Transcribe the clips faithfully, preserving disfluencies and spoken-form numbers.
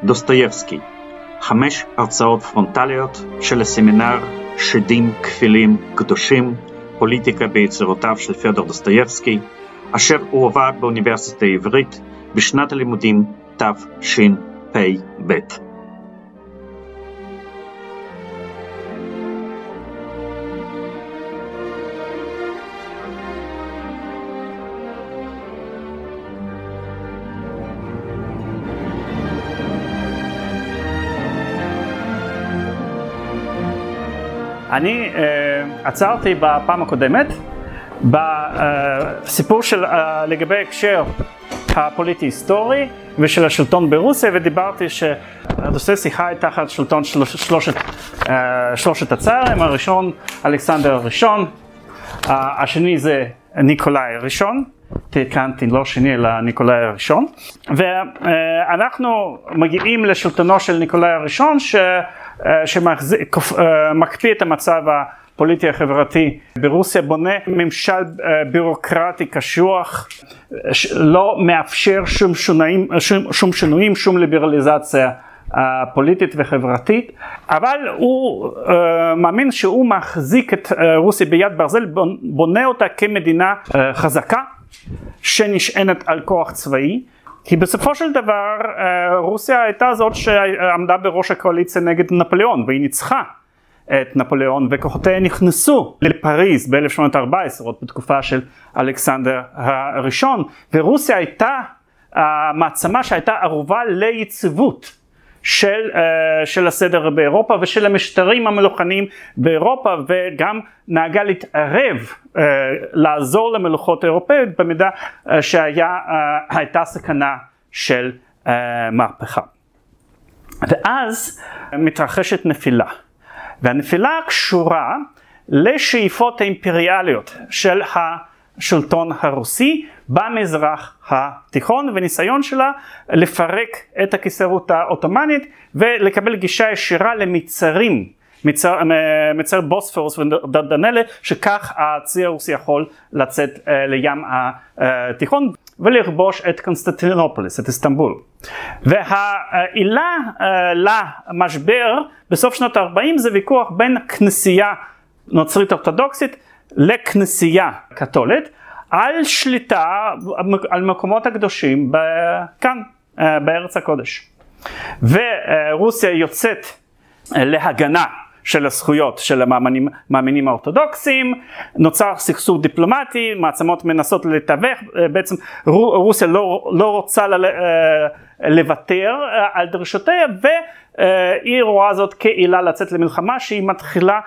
דוסטויבסקי, חמש הרצאות פרונטליות של הסמינר שדים כפילים קדושים, פוליטיקה ביצירותיו של פיודור דוסטויבסקי, אשר הועבר באוניברסיטה העברית בשנת הלימודים תשפ"ב. אני uh, עצרתי בפעם הקודמת בסיפור של uh, לגבי הקשר הפוליטי-היסטורי ושל השלטון ברוסיה, ודיברתי שדוסטויבסקי חי תחת שלטון שלוש, שלושת, uh, שלושת הצארים. הראשון אלכסנדר הראשון, uh, השני זה ניקולאי הראשון, תיקנתי לא שני אלא ניקולאי הראשון, ואנחנו מגיעים לשלטונו של ניקולאי הראשון ש... שמקפיא את המצב הפוליטי החברתי ברוסיה, בונה ממשל בירוקרטי קשוח, לא מאפשר שום שינויים, שום שינויים, שום ליברליזציה פוליטית וחברתית, אבל הוא מאמין שהוא מחזיק את רוסיה ביד ברזל, בונה אותה כמדינה חזקה שנשענת על כוח צבאי, כי בסופו של דבר רוסיה הייתה זאת שעמדה בראש הקואליציה נגד נפוליאון, והיא ניצחה את נפוליאון, וכוחותיה נכנסו לפריז ב-אלף שמונה מאות וארבע עשרה, עוד בתקופה של אלכסנדר הראשון, ורוסיה הייתה המעצמה שהייתה ערובה ליציבות של, של הסדר באירופה ושל המשטרים המלוכניים באירופה, וגם נהגה להתערב, לעזור למלוכות אירופאיות במידה שהייתה סכנה של מהפכה. ואז מתרחשת נפילה, והנפילה קשורה לשאיפות האימפריאליות של השלטון הרוסי במזרח התיכון, וניסיון שלה לפרק את הקיסרות העות'מאנית ולקבל גישה ישירה למצרים, מצר, מצר בוספורוס ודרדנלה, שכך הצי הרוסי יכול לצאת לים התיכון ולכבוש את קונסטנטינופוליס, את איסטנבול. והעילה למשבר בסוף שנות ה-ארבעים זה ויכוח בין כנסייה נוצרית אורתודוקסית לכנסייה קתולית על שליטה על מקומות הקדושים כאן בארץ הקודש. ורוסיה יוצאת להגנה של הזכויות של המאמינים, המאמינים האורתודוקסים, נוצר סכסוך דיפלומטי, מעצמות מנסות לתווך, בעצם רוסיה לא, לא רוצה לוותר על דרישותיה, והיא רואה זאת כעילה לצאת למלחמה שהיא מתחילה,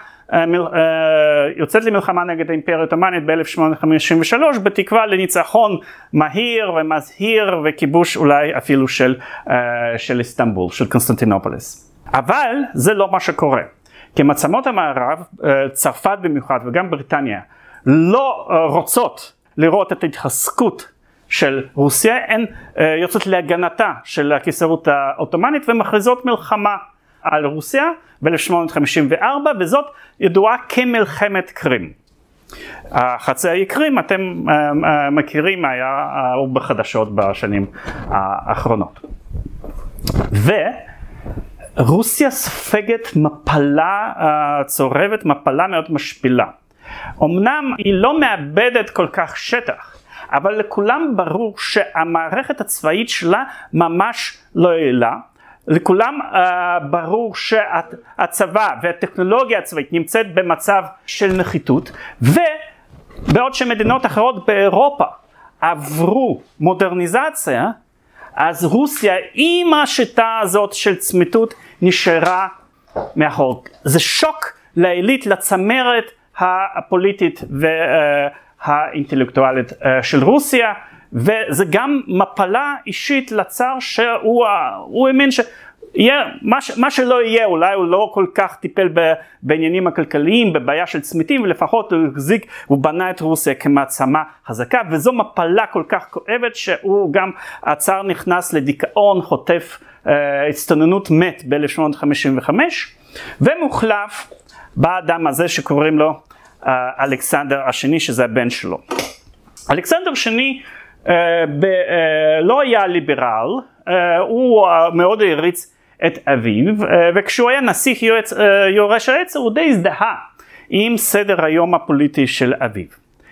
יוצאת למלחמה נגד האימפריה העות'מאנית ב-אלף שמונה מאות חמישים ושלוש, בתקווה לניצחון מהיר ומזהיר וכיבוש אולי אפילו של, של איסטנבול, של קונסטנטינופוליס. אבל זה לא מה שקורה. כי מעצמות המערב, צרפת במיוחד וגם בריטניה, לא רוצות לראות את ההתחזקות של רוסיה, הן יוצאות להגנתה של הקיסרות העות'מאנית ומכריזות מלחמה על רוסיה ב-אלף שמונה מאות חמישים וארבע, וזאת ידועה כמלחמת קרים. החצי האי קרים, אתם מכירים, היה בחדשות בשנים האחרונות. ו... רוסיה סופגת מפלה צורבת, מפלה מאוד משפילה. אמנם היא לא מאבדת כל כך שטח, אבל לכולם ברור שהמערכת הצבאית שלה ממש לא יעילה. לכולם uh, ברור שהצבא והטכנולוגיה הצבאית נמצאת במצב של נחיתות, ובעוד שמדינות אחרות באירופה עברו מודרניזציה, אז רוסיה עם השיטה הזאת של צמיתות נשארה מאחור. זה שוק לעילית, לצמרת הפוליטית והאינטלקטואלית של רוסיה, וזה גם מפלה אישית לצאר שהוא האמין ש... יהיה, מה, מה שלא יהיה, אולי הוא לא כל כך טיפל בעניינים הכלכליים, בבעיה של צמיתים, ולפחות הוא החזיק, הוא בנה את רוסיה כמעצמה חזקה, וזו מפלה כל כך כואבת שהוא גם, הצאר נכנס לדיכאון, חוטף אה, הצטננות, מת ב-אלף שמונה מאות חמישים וחמש, ומוחלף באדם הזה שקוראים לו אה, אלכסנדר השני, שזה הבן שלו. אלכסנדר שני אה, ב, אה, לא היה ליברל, הוא מאוד העריץ את אביו, וכשהוא היה נסיך יועץ, יורש העצר הוא די הזדהה עם סדר היום הפוליטי של אביו.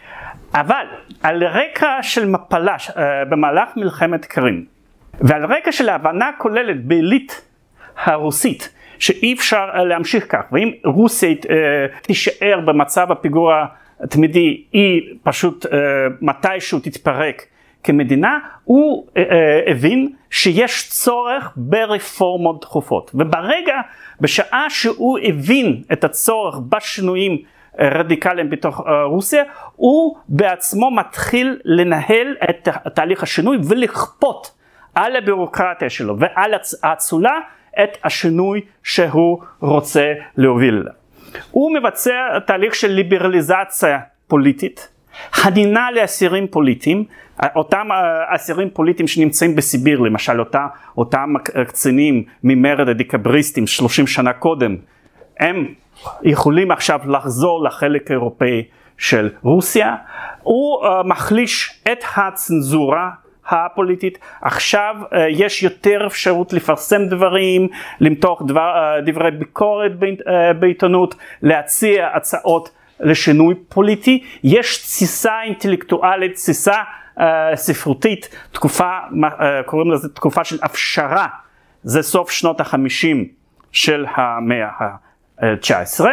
אבל על רקע של מפלה במהלך מלחמת קרים, ועל רקע של ההבנה כוללת בעילית הרוסית, שאי אפשר להמשיך כך, ואם רוסיה תישאר במצב הפיגור התמידי, היא פשוט מתישהו תתפרק כמדינה, הוא הבין שיש צורך ברפורמות דחופות. וברגע, בשעה שהוא הבין את הצורך בשינויים רדיקליים בתוך רוסיה, הוא בעצמו מתחיל לנהל את תהליך השינוי ולכפות על הבירוקרטיה שלו ועל האצולה את השינוי שהוא רוצה להוביל. הוא מבצע תהליך של ליברליזציה פוליטית, חנינה לאסירים פוליטיים, אותם אסירים פוליטיים שנמצאים בסיביר, למשל אותה, אותם קצינים ממרד הדיקבריסטים שלושים שנה קודם, הם יכולים עכשיו לחזור לחלק האירופאי של רוסיה. הוא uh, מחליש את הצנזורה הפוליטית, עכשיו uh, יש יותר אפשרות לפרסם דברים, למתוח דבר, uh, דברי ביקורת uh, בעיתונות, להציע הצעות לשינוי פוליטי, יש תסיסה אינטלקטואלית, תסיסה uh, ספרותית, תקופה, uh, קוראים לזה תקופה של הפשרה, זה סוף שנות החמישים של המאה ה-תשע עשרה,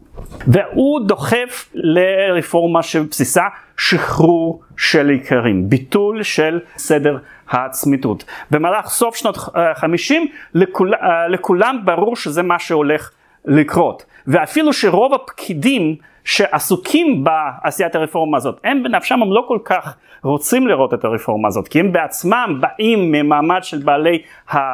והוא דוחף לרפורמה שבבסיסה שחרור של עיקרים, ביטול של סדר הצמיתות. במהלך סוף שנות חמישים לכול, לכולם ברור שזה מה שהולך לקרות, ואפילו שרוב הפקידים שעסוקים בעשיית הרפורמה הזאת, הם בנפשם הם לא כל כך רוצים לראות את הרפורמה הזאת, כי הם בעצמם באים ממעמד של בעלי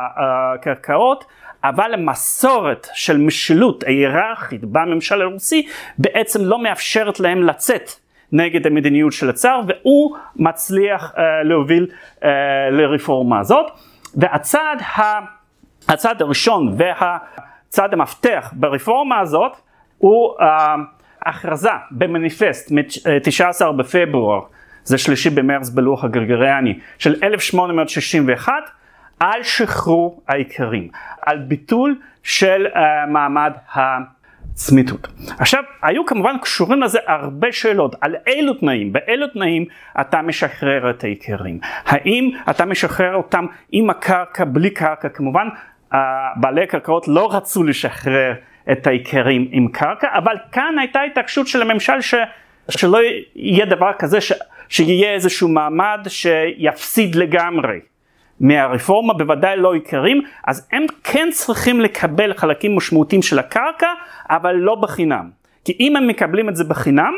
הקרקעות, אבל המסורת של משילות היררכית בממשל הרוסי בעצם לא מאפשרת להם לצאת נגד המדיניות של הצאר, והוא מצליח uh, להוביל uh, לרפורמה הזאת. והצעד ה... הצעד הראשון והצעד המפתח ברפורמה הזאת הוא uh, הכרזה במניפסט מ-תשעה עשר בפברואר, זה שלישי במרץ בלוח הגרגריאני של אלף שמונה מאות שישים ואחת, על שחרור העיקרים, על ביטול של uh, מעמד הצמיתות. עכשיו, היו כמובן קשורים לזה הרבה שאלות, על אילו תנאים, באילו תנאים אתה משחרר את העיקרים. האם אתה משחרר אותם עם הקרקע, בלי קרקע? כמובן, uh, בעלי הקרקעות לא רצו לשחרר את העיקרים עם קרקע, אבל כאן הייתה התעקשות של הממשל ש, שלא יהיה דבר כזה, ש, שיהיה איזשהו מעמד שיפסיד לגמרי מהרפורמה, בוודאי לא עיקרים, אז הם כן צריכים לקבל חלקים משמעותיים של הקרקע, אבל לא בחינם. כי אם הם מקבלים את זה בחינם,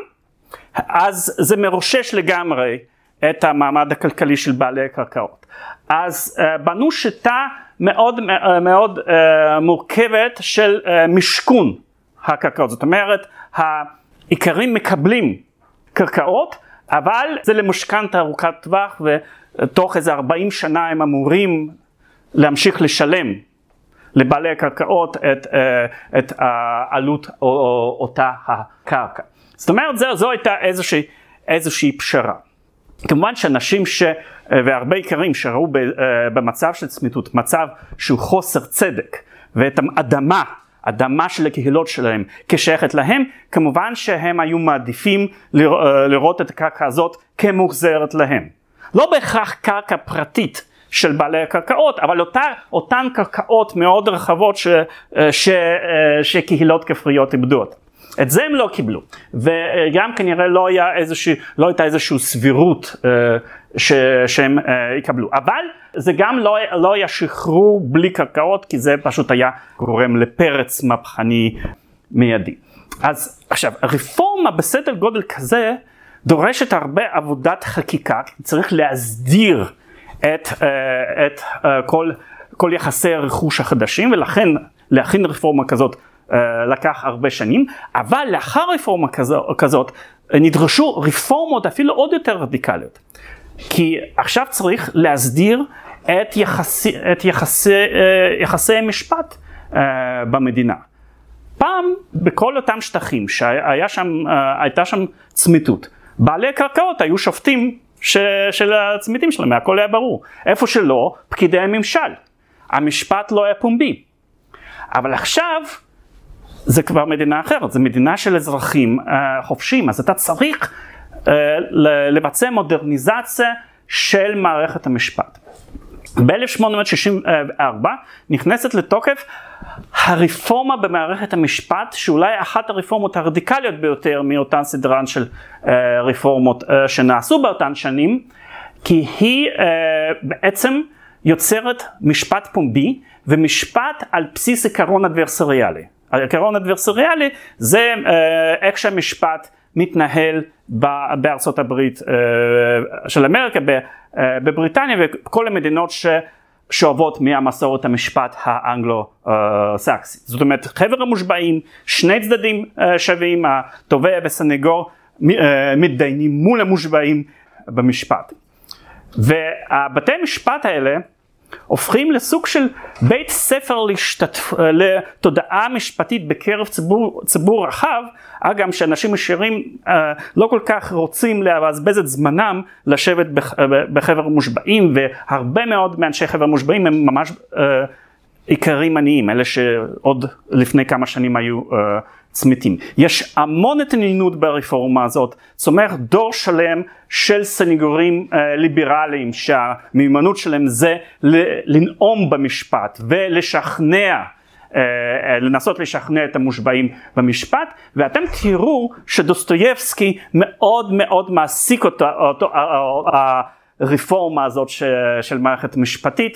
אז זה מרושש לגמרי את המעמד הכלכלי של בעלי הקרקעות. אז uh, בנו שיטה מאוד uh, מאוד uh, מורכבת של uh, משכון הקרקעות. זאת אומרת, העיקרים מקבלים קרקעות, אבל זה למשכנתא ארוכת טווח, ותוך איזה ארבעים שנה הם אמורים להמשיך לשלם לבעלי הקרקעות את, את העלות או אותה הקרקע. זאת אומרת, זו, זו הייתה איזושהי, איזושהי פשרה. כמובן שאנשים ש... והרבה עיקרים שראו במצב של צמיתות, מצב שהוא חוסר צדק, ואת האדמה, אדמה של הקהילות שלהם כשייכת להם, כמובן שהם היו מעדיפים לראות את הקרקע הזאת כמוחזרת להם. לא בהכרח קרקע פרטית של בעלי הקרקעות, אבל אותה, אותן קרקעות מאוד רחבות ש, ש, שקהילות כפריות איבדות. את זה הם לא קיבלו, וגם כנראה לא, היה איזושהי, לא הייתה איזושהי סבירות ש, שהם יקבלו. אבל זה גם לא, לא היה שחרור בלי קרקעות, כי זה פשוט היה גורם לפרץ מהפכני מיידי. אז עכשיו, הרפורמה בסדר גודל כזה דורשת הרבה עבודת חקיקה, צריך להסדיר את, את כל, כל יחסי הרכוש החדשים, ולכן להכין רפורמה כזאת לקח הרבה שנים, אבל לאחר רפורמה כזאת נדרשו רפורמות אפילו עוד יותר רדיקליות. כי עכשיו צריך להסדיר את יחסי, את יחסי, יחסי המשפט במדינה. פעם בכל אותם שטחים שהייתה שם, הייתה שם צמיתות, בעלי קרקעות היו שופטים ש, של הצמיתים שלהם, הכל היה ברור. איפה שלא, פקידי הממשל. המשפט לא היה פומבי. אבל עכשיו, זה כבר מדינה אחרת, זה מדינה של אזרחים uh, חופשיים, אז אתה צריך uh, לבצע מודרניזציה של מערכת המשפט. ב-אלף שמונה מאות שישים וארבע נכנסת לתוקף הרפורמה במערכת המשפט, שאולי אחת הרפורמות הרדיקליות ביותר מאותן סדרן של uh, רפורמות uh, שנעשו באותן שנים, כי היא uh, בעצם יוצרת משפט פומבי ומשפט על בסיס עיקרון אדברסריאלי. העיקרון אדברסריאלי זה uh, איך שהמשפט מתנהל בארצות הברית uh, של אמריקה, בבריטניה וכל המדינות ששואבות מהמסורת המשפט האנגלו-סקסית. זאת אומרת, חבר המושבעים, שני צדדים שווים, התובע וסנגור מתדיינים מול המושבעים במשפט. והבתי המשפט האלה הופכים לסוג של בית ספר להשתתפ... לתודעה משפטית בקרב ציבור, ציבור רחב, אגם שאנשים ישרים אה, לא כל כך רוצים לבזבז את זמנם לשבת בח... בחבר מושבעים, והרבה מאוד מאנשי חבר מושבעים הם ממש אה, עיקרים עניים, אלה שעוד לפני כמה שנים היו אה, צמיתים. יש המון התעניינות ברפורמה הזאת, צומח דור שלם של סניגורים אה, ליברליים שהמיומנות שלהם זה לנאום במשפט ולשכנע, אה, לנסות לשכנע את המושבעים במשפט, ואתם תראו שדוסטויבסקי מאוד מאוד מעסיק אותו, אותו הרפורמה הזאת ש, של מערכת משפטית,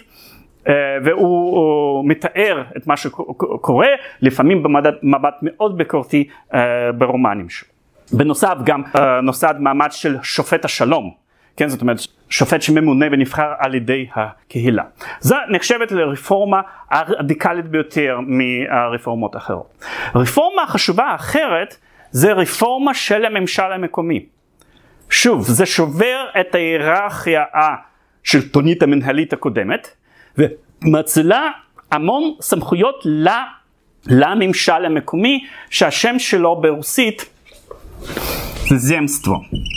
והוא מתאר את מה שקורה, לפעמים במבט מאוד ביקורתי ברומנים שלו. בנוסף גם נוסד מעמד של שופט השלום, כן, זאת אומרת שופט שממונה ונבחר על ידי הקהילה. זו נחשבת לרפורמה הרדיקלית ביותר מהרפורמות האחרות. רפורמה חשובה אחרת זה רפורמה של הממשל המקומי. שוב, זה שובר את ההיררכיה השלטונית המנהלית הקודמת, ומצילה המון סמכויות לממשל המקומי, שהשם שלו ברוסית זה זמסטרו.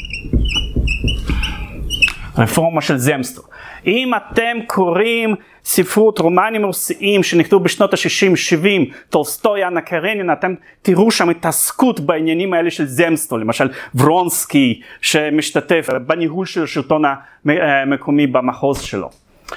רפורמה של זמסטרו. אם אתם קוראים ספרות רומנים רוסיים שנכתבו בשנות ה-שישים שבעים, טולסטוי, אנה קרנין, אתם תראו שם התעסקות בעניינים האלה של זמסטרו, למשל ורונסקי שמשתתף בניהול של השלטון המקומי במחוז שלו.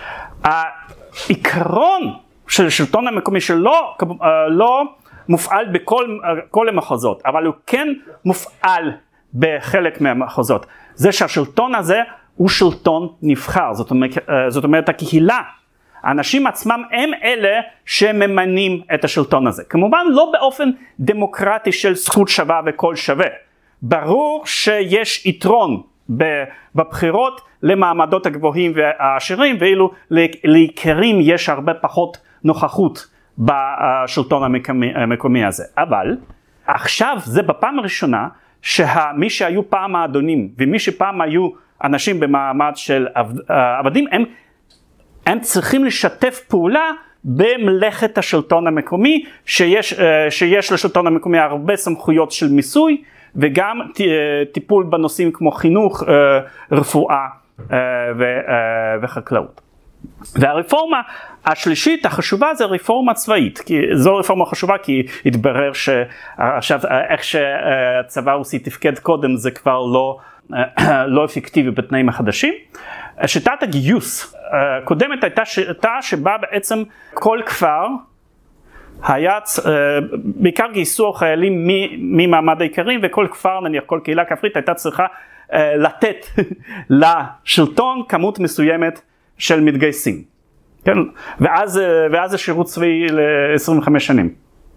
העיקרון של השלטון המקומי שלא לא מופעל בכל כל המחוזות, אבל הוא כן מופעל בחלק מהמחוזות. זה שהשלטון הזה הוא שלטון נבחר, זאת אומרת, זאת אומרת הקהילה, האנשים עצמם הם אלה שממנים את השלטון הזה. כמובן לא באופן דמוקרטי של זכות שווה וכל שווה. ברור שיש יתרון בבחירות למעמדות הגבוהים והעשירים, ואילו לעיקרים יש הרבה פחות נוכחות בשלטון המקומי, המקומי הזה. אבל עכשיו זה בפעם הראשונה שמי שהיו פעם האדונים ומי שפעם היו אנשים במעמד של עבדים, הם, הם צריכים לשתף פעולה במלאכת השלטון המקומי, שיש, שיש לשלטון המקומי הרבה סמכויות של מיסוי, וגם טיפול בנושאים כמו חינוך, רפואה וחקלאות. והרפורמה השלישית החשובה זה רפורמה צבאית, כי זו רפורמה חשובה כי התברר שעכשיו איך שהצבא הרוסי תפקד קודם זה כבר לא, לא אפקטיבי בתנאים החדשים. שיטת הגיוס קודמת הייתה שיטה שבה בעצם כל כפר היה, בעיקר גייסו חיילים ממעמד העיקרים, וכל כפר, נניח כל קהילה כפרית הייתה צריכה לתת לשלטון כמות מסוימת של מתגייסים, כן? ואז, ואז השירות צבאי ל-עשרים וחמש שנים.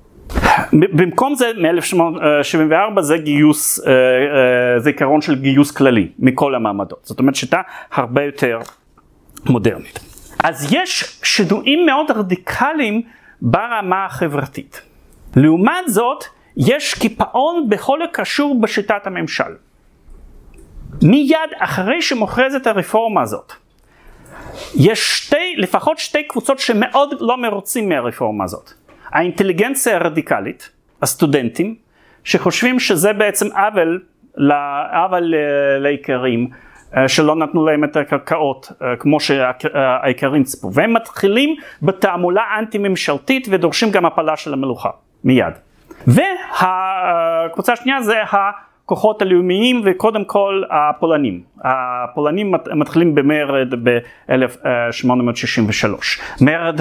במקום זה, מ-אלף שמונה מאות שבעים וארבע זה גיוס, זה עיקרון של גיוס כללי מכל המעמדות. זאת אומרת שיטה הרבה יותר מודרנית. אז יש שינויים מאוד רדיקליים ברמה החברתית. לעומת זאת, יש קיפאון בכל הקשור בשיטת הממשל. מיד אחרי שמוכרזת הרפורמה הזאת, יש שתי, לפחות שתי קבוצות שמאוד לא מרוצים מהרפורמה הזאת. האינטליגנציה הרדיקלית, הסטודנטים, שחושבים שזה בעצם עוול, עוול לעיקרים, שלא נתנו להם את הקרקעות כמו שהעיקרים צפו, והם מתחילים בתעמולה אנטי ממשלתית ודורשים גם הפלה של המלוכה מיד. והקבוצה השנייה זה הכוחות הלאומיים וקודם כל הפולנים. הפולנים מתחילים במרד ב-אלף שמונה מאות שישים ושלוש, מרד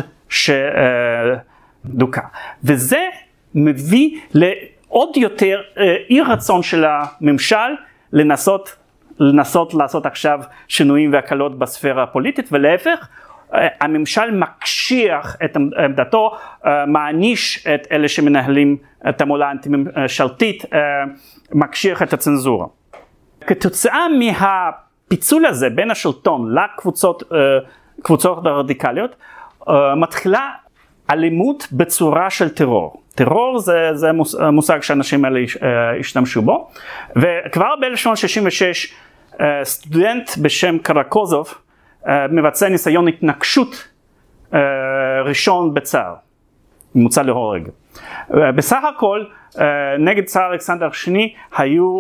שדוקה, וזה מביא לעוד יותר אי רצון של הממשל לנסות לנסות לעשות עכשיו שינויים והקלות בספירה הפוליטית, ולהפך, הממשל מקשיח את עמדתו, מעניש את אלה שמנהלים את המולה האנטי-ממשלתית, מקשיח את הצנזורה. כתוצאה מהפיצול הזה בין השלטון לקבוצות קבוצות הרדיקליות, מתחילה אלימות בצורה של טרור. טרור זה, זה מושג שאנשים האלה השתמשו בו, וכבר ב-אלף שמונה מאות שישים ושש סטודנט בשם קרקוזוב מבצע ניסיון התנקשות ראשון בצאר, מוצא להורג. בסך הכל נגד צאר אלכסנדר השני היו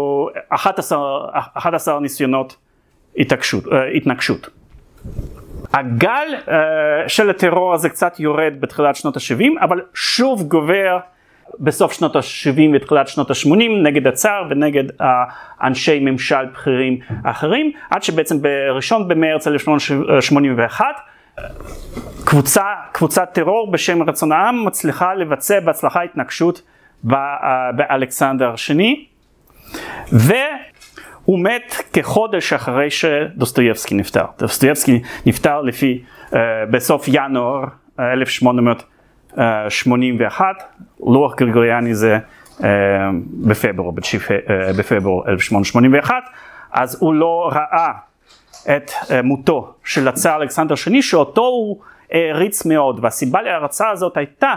אחד עשר ניסיונות התנקשות. התנקשות. הגל uh, של הטרור הזה קצת יורד בתחילת שנות ה-שבעים, אבל שוב גובר בסוף שנות ה-שבעים ותחילת שנות ה-שמונים נגד הצאר ונגד uh, אנשי ממשל בכירים אחרים, עד שבעצם בראשון במרץ אלף שמונה מאות שמונים ואחת קבוצה, קבוצת טרור בשם רצון העם מצליחה לבצע בהצלחה התנקשות ב, uh, באלכסנדר השני, ו... הוא מת כחודש אחרי שדוסטויבסקי נפטר. דוסטויבסקי נפטר לפי, uh, בסוף ינואר אלף שמונה מאות שמונים ואחת, לוח גרגוריאני זה uh, בפברואר, uh, בפברואר אלף שמונה מאות שמונים ואחת, אז הוא לא ראה את uh, מותו של הצאר אלכסנדר השני, שאותו הוא העריץ מאוד, והסיבה להערצה הזאת הייתה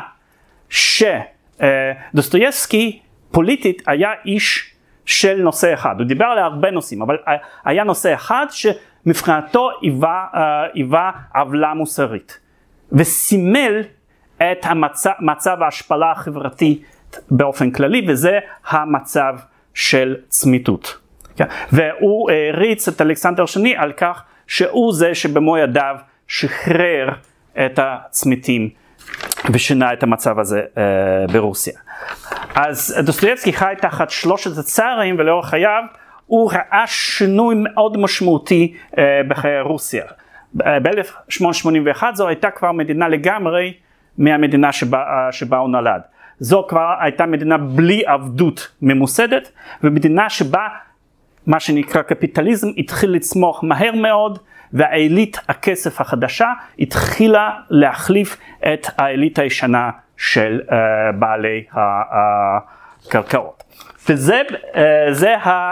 שדוסטויבסקי פוליטית היה איש של נושא אחד. הוא דיבר על הרבה נושאים, אבל היה נושא אחד שמבחינתו היווה, היווה עוולה מוסרית, וסימל את המצב, מצב ההשפלה החברתי באופן כללי, וזה המצב של צמיתות. והוא הריץ את אלכסנדר השני על כך שהוא זה שבמו ידיו שחרר את הצמיתים ושינה את המצב הזה ברוסיה. אז דוסטויבסקי חי תחת שלושת הצארים, ולאורך חייו הוא ראה שינוי מאוד משמעותי בחיי רוסיה. ב-אלף שמונה מאות שמונים ואחת זו הייתה כבר מדינה לגמרי מהמדינה שבה, שבה הוא נולד. זו כבר הייתה מדינה בלי עבדות ממוסדת, ומדינה שבה מה שנקרא קפיטליזם התחיל לצמוח מהר מאוד, והאליט הכסף החדשה התחילה להחליף את האליט הישנה של uh, בעלי הקרקעות. וזה uh, זה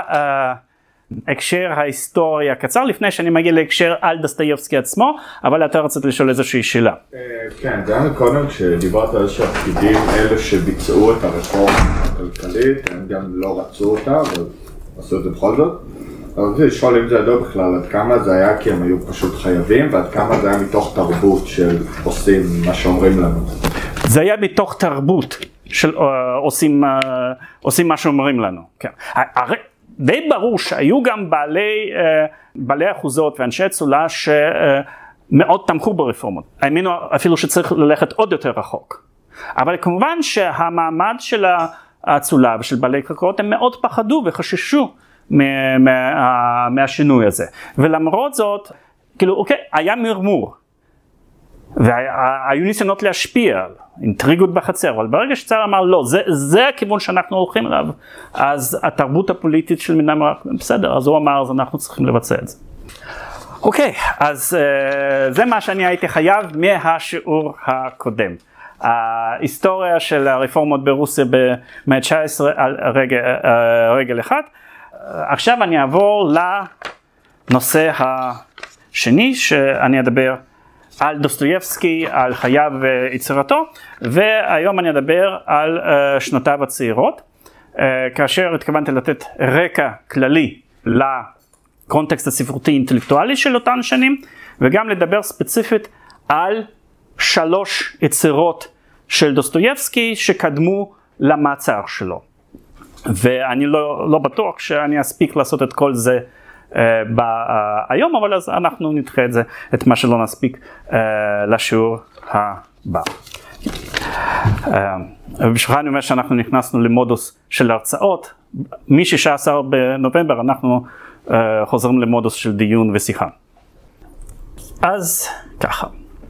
ההקשר ההיסטורי הקצר, לפני שאני מגיע להקשר על דוסטויבסקי עצמו, אבל אתה רצית לשאול איזושהי שאלה. כן, גם קודם כשדיברת על שהפקידים אלה שביצעו את הרפורמה הכלכלית, הם גם לא רצו אותה, אבל עשו את זה בכל זאת. אבל זה לשאול אם זה ידוע בכלל, עד כמה זה היה כי הם היו פשוט חייבים, ועד כמה זה היה מתוך תרבות של עושים מה שאומרים לנו. זה היה מתוך תרבות של uh, עושים, uh, עושים מה שאומרים לנו. כן. הרי די ברור שהיו גם בעלי, uh, בעלי אחוזות ואנשי צולה שמאוד uh, תמכו ברפורמות. האמינו אפילו שצריך ללכת עוד יותר רחוק. אבל כמובן שהמעמד של הצולה ושל בעלי קרקעות הם מאוד פחדו וחששו מה, מה, מהשינוי הזה. ולמרות זאת, כאילו, אוקיי, היה מרמור. והיו ניסיונות להשפיע, אינטריגות בחצר, אבל ברגע שצאר אמר לא, זה, זה הכיוון שאנחנו הולכים אליו, אז התרבות הפוליטית של מדינה אמרה, בסדר, אז הוא אמר, אז אנחנו צריכים לבצע את זה. אוקיי, אז זה מה שאני הייתי חייב מהשיעור הקודם. ההיסטוריה של הרפורמות ברוסיה במאה ה-תשע עשרה על רגל, רגל אחד. עכשיו אני אעבור לנושא השני שאני אדבר על דוסטויבסקי, על חייו ויצירתו, והיום אני אדבר על uh, שנותיו הצעירות, uh, כאשר התכוונתי לתת רקע כללי לקונטקסט הספרותי אינטלקטואלי של אותן שנים, וגם לדבר ספציפית על שלוש יצירות של דוסטויבסקי שקדמו למעצר שלו. ואני לא, לא בטוח שאני אספיק לעשות את כל זה היום, אבל אז אנחנו נדחה את זה, את מה שלא נספיק לשיעור הבא. ובשביל אני אומר שאנחנו נכנסנו למודוס של הרצאות, מ-שישה עשר בנובמבר אנחנו חוזרים למודוס של דיון ושיחה. אז ככה,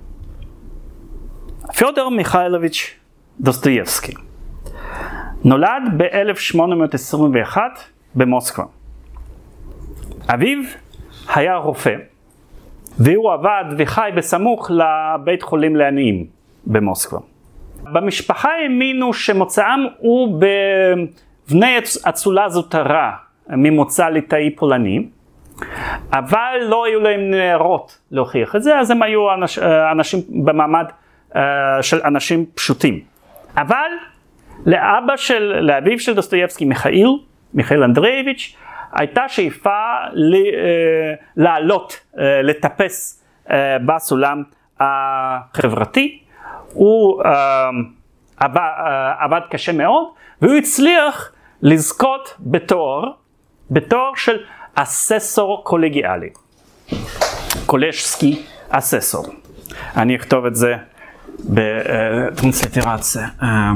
פיודור מיכאילוביץ' דוסטויבסקי נולד ב-אלף שמונה מאות עשרים ואחת במוסקבה. אביו היה רופא, והוא עבד וחי בסמוך לבית חולים לעניים במוסקבה. במשפחה האמינו שמוצאם הוא בבני אצולה זוטרה ממוצא ליטאי פולני, אבל לא היו להם נערות להוכיח את זה, אז הם היו אנש, אנשים במעמד של אנשים פשוטים. אבל לאבא של, לאביו של דוסטויבסקי, מיכאיל, מיכאיל אנדרייביץ', הייתה שאיפה לעלות, לטפס בסולם החברתי. הוא עבד קשה מאוד, והוא הצליח לזכות בתואר, בתואר של אססור קולגיאלי. קולשסקי אססור. אני אכתוב את זה בטרנסליטרציה.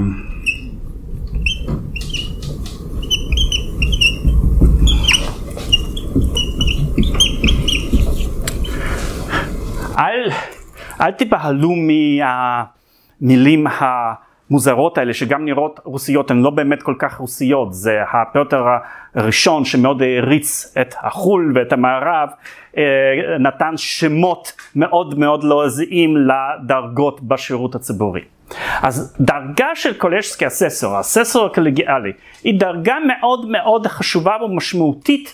אל, אל תבהלו מהמילים המוזרות האלה שגם נראות רוסיות, הן לא באמת כל כך רוסיות. זה הפיוטר הראשון שמאוד הריץ את החול ואת המערב, נתן שמות מאוד מאוד לועזיים לדרגות בשירות הציבורי. אז דרגה של קולשסקי אססור, האססור הקולגיאלי, היא דרגה מאוד מאוד חשובה ומשמעותית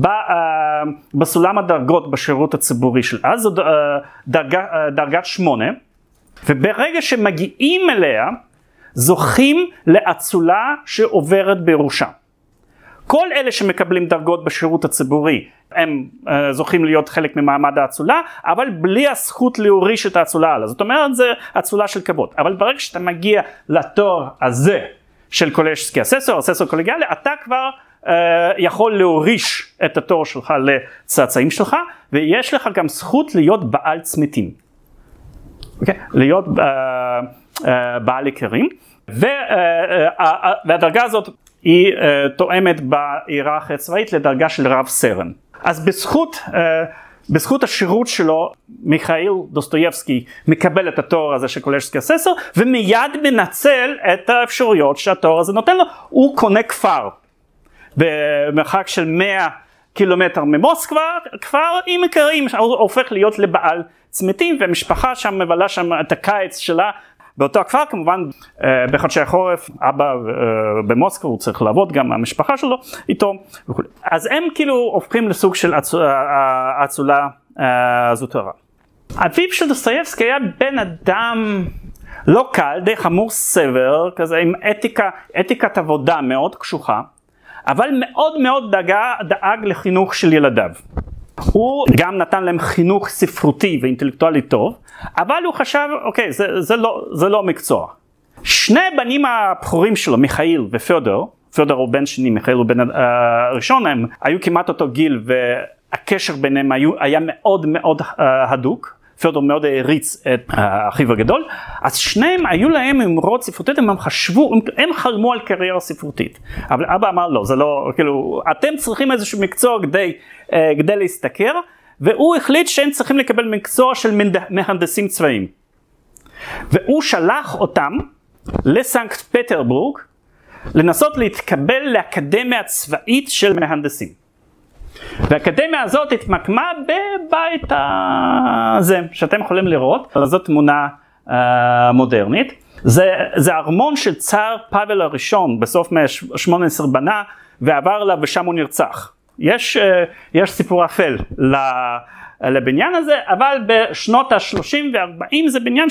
בסולם הדרגות בשירות הציבורי של אז. זו דרגה, דרגת שמונה, וברגע שמגיעים אליה זוכים לאצולה שעוברת בירושה. כל אלה שמקבלים דרגות בשירות הציבורי הם זוכים להיות חלק ממעמד האצולה, אבל בלי הזכות להוריש את האצולה עליה. זאת אומרת, זה אצולה של כבוד. אבל ברגע שאתה מגיע לתואר הזה של קולשסקי אססור, אססור קולגיאלי, אתה כבר יכול להוריש את התואר שלך לצאצאים שלך, ויש לך גם זכות להיות בעל צמיתים. אוקיי? להיות בעל עיקרים, והדרגה הזאת היא תואמת בהיררכיה הצבאית לדרגה של רב סרן. אז בזכות, בזכות השירות שלו, מיכאיל דוסטויבסקי מקבל את התואר הזה של קולשסקי אססור, ומיד מנצל את האפשרויות שהתואר הזה נותן לו. הוא קונה כפר במרחק של מאה קילומטר ממוסקבה, כפר עם עיקרים, הוא הופך להיות לבעל צמיתים, והמשפחה שם מבלה שם את הקיץ שלה באותו הכפר. כמובן בחודשי החורף אבא במוסקבה הוא צריך לעבוד, גם המשפחה שלו איתו וכו'. אז הם כאילו הופכים לסוג של אצולה זוטרה. אביו של דוסטויבסקי היה בן אדם לא קל, די חמור סבר, כזה עם אתיקה, אתיקת עבודה מאוד קשוחה, אבל מאוד מאוד דאגה, דאג לחינוך של ילדיו. הוא גם נתן להם חינוך ספרותי ואינטלקטואלי טוב, אבל הוא חשב, אוקיי, זה, זה, לא, זה לא מקצוע. שני בנים הבכורים שלו, מיכאיל ופיודור, פיודור הוא בן שני, מיכאיל הוא בן הראשון, הם היו כמעט אותו גיל, והקשר ביניהם היו, היה מאוד מאוד הדוק. פיודור מאוד הריץ את אחיו הגדול, אז שניהם היו להם אמרות ספרותית, הם חשבו, הם חלמו על קריירה ספרותית. אבל אבא אמר לא, זה לא, כאילו, אתם צריכים איזשהו מקצוע כדי, כדי להסתכר, והוא החליט שהם צריכים לקבל מקצוע של מהנדסים צבאיים. והוא שלח אותם לסנקט פטרבורג, לנסות להתקבל לאקדמיה צבאית של מהנדסים. והאקדמיה הזאת התמקמה בבית הזה, שאתם יכולים לראות, זאת תמונה uh, מודרנית. זה, זה ארמון של צאר פאבל הראשון, בסוף מאה ה-שמונה עשרה בנה, ועבר לה ושם הוא נרצח. יש, uh, יש סיפור אפל לבניין הזה, אבל בשנות ה-שלושים וה-ארבעים זה בניין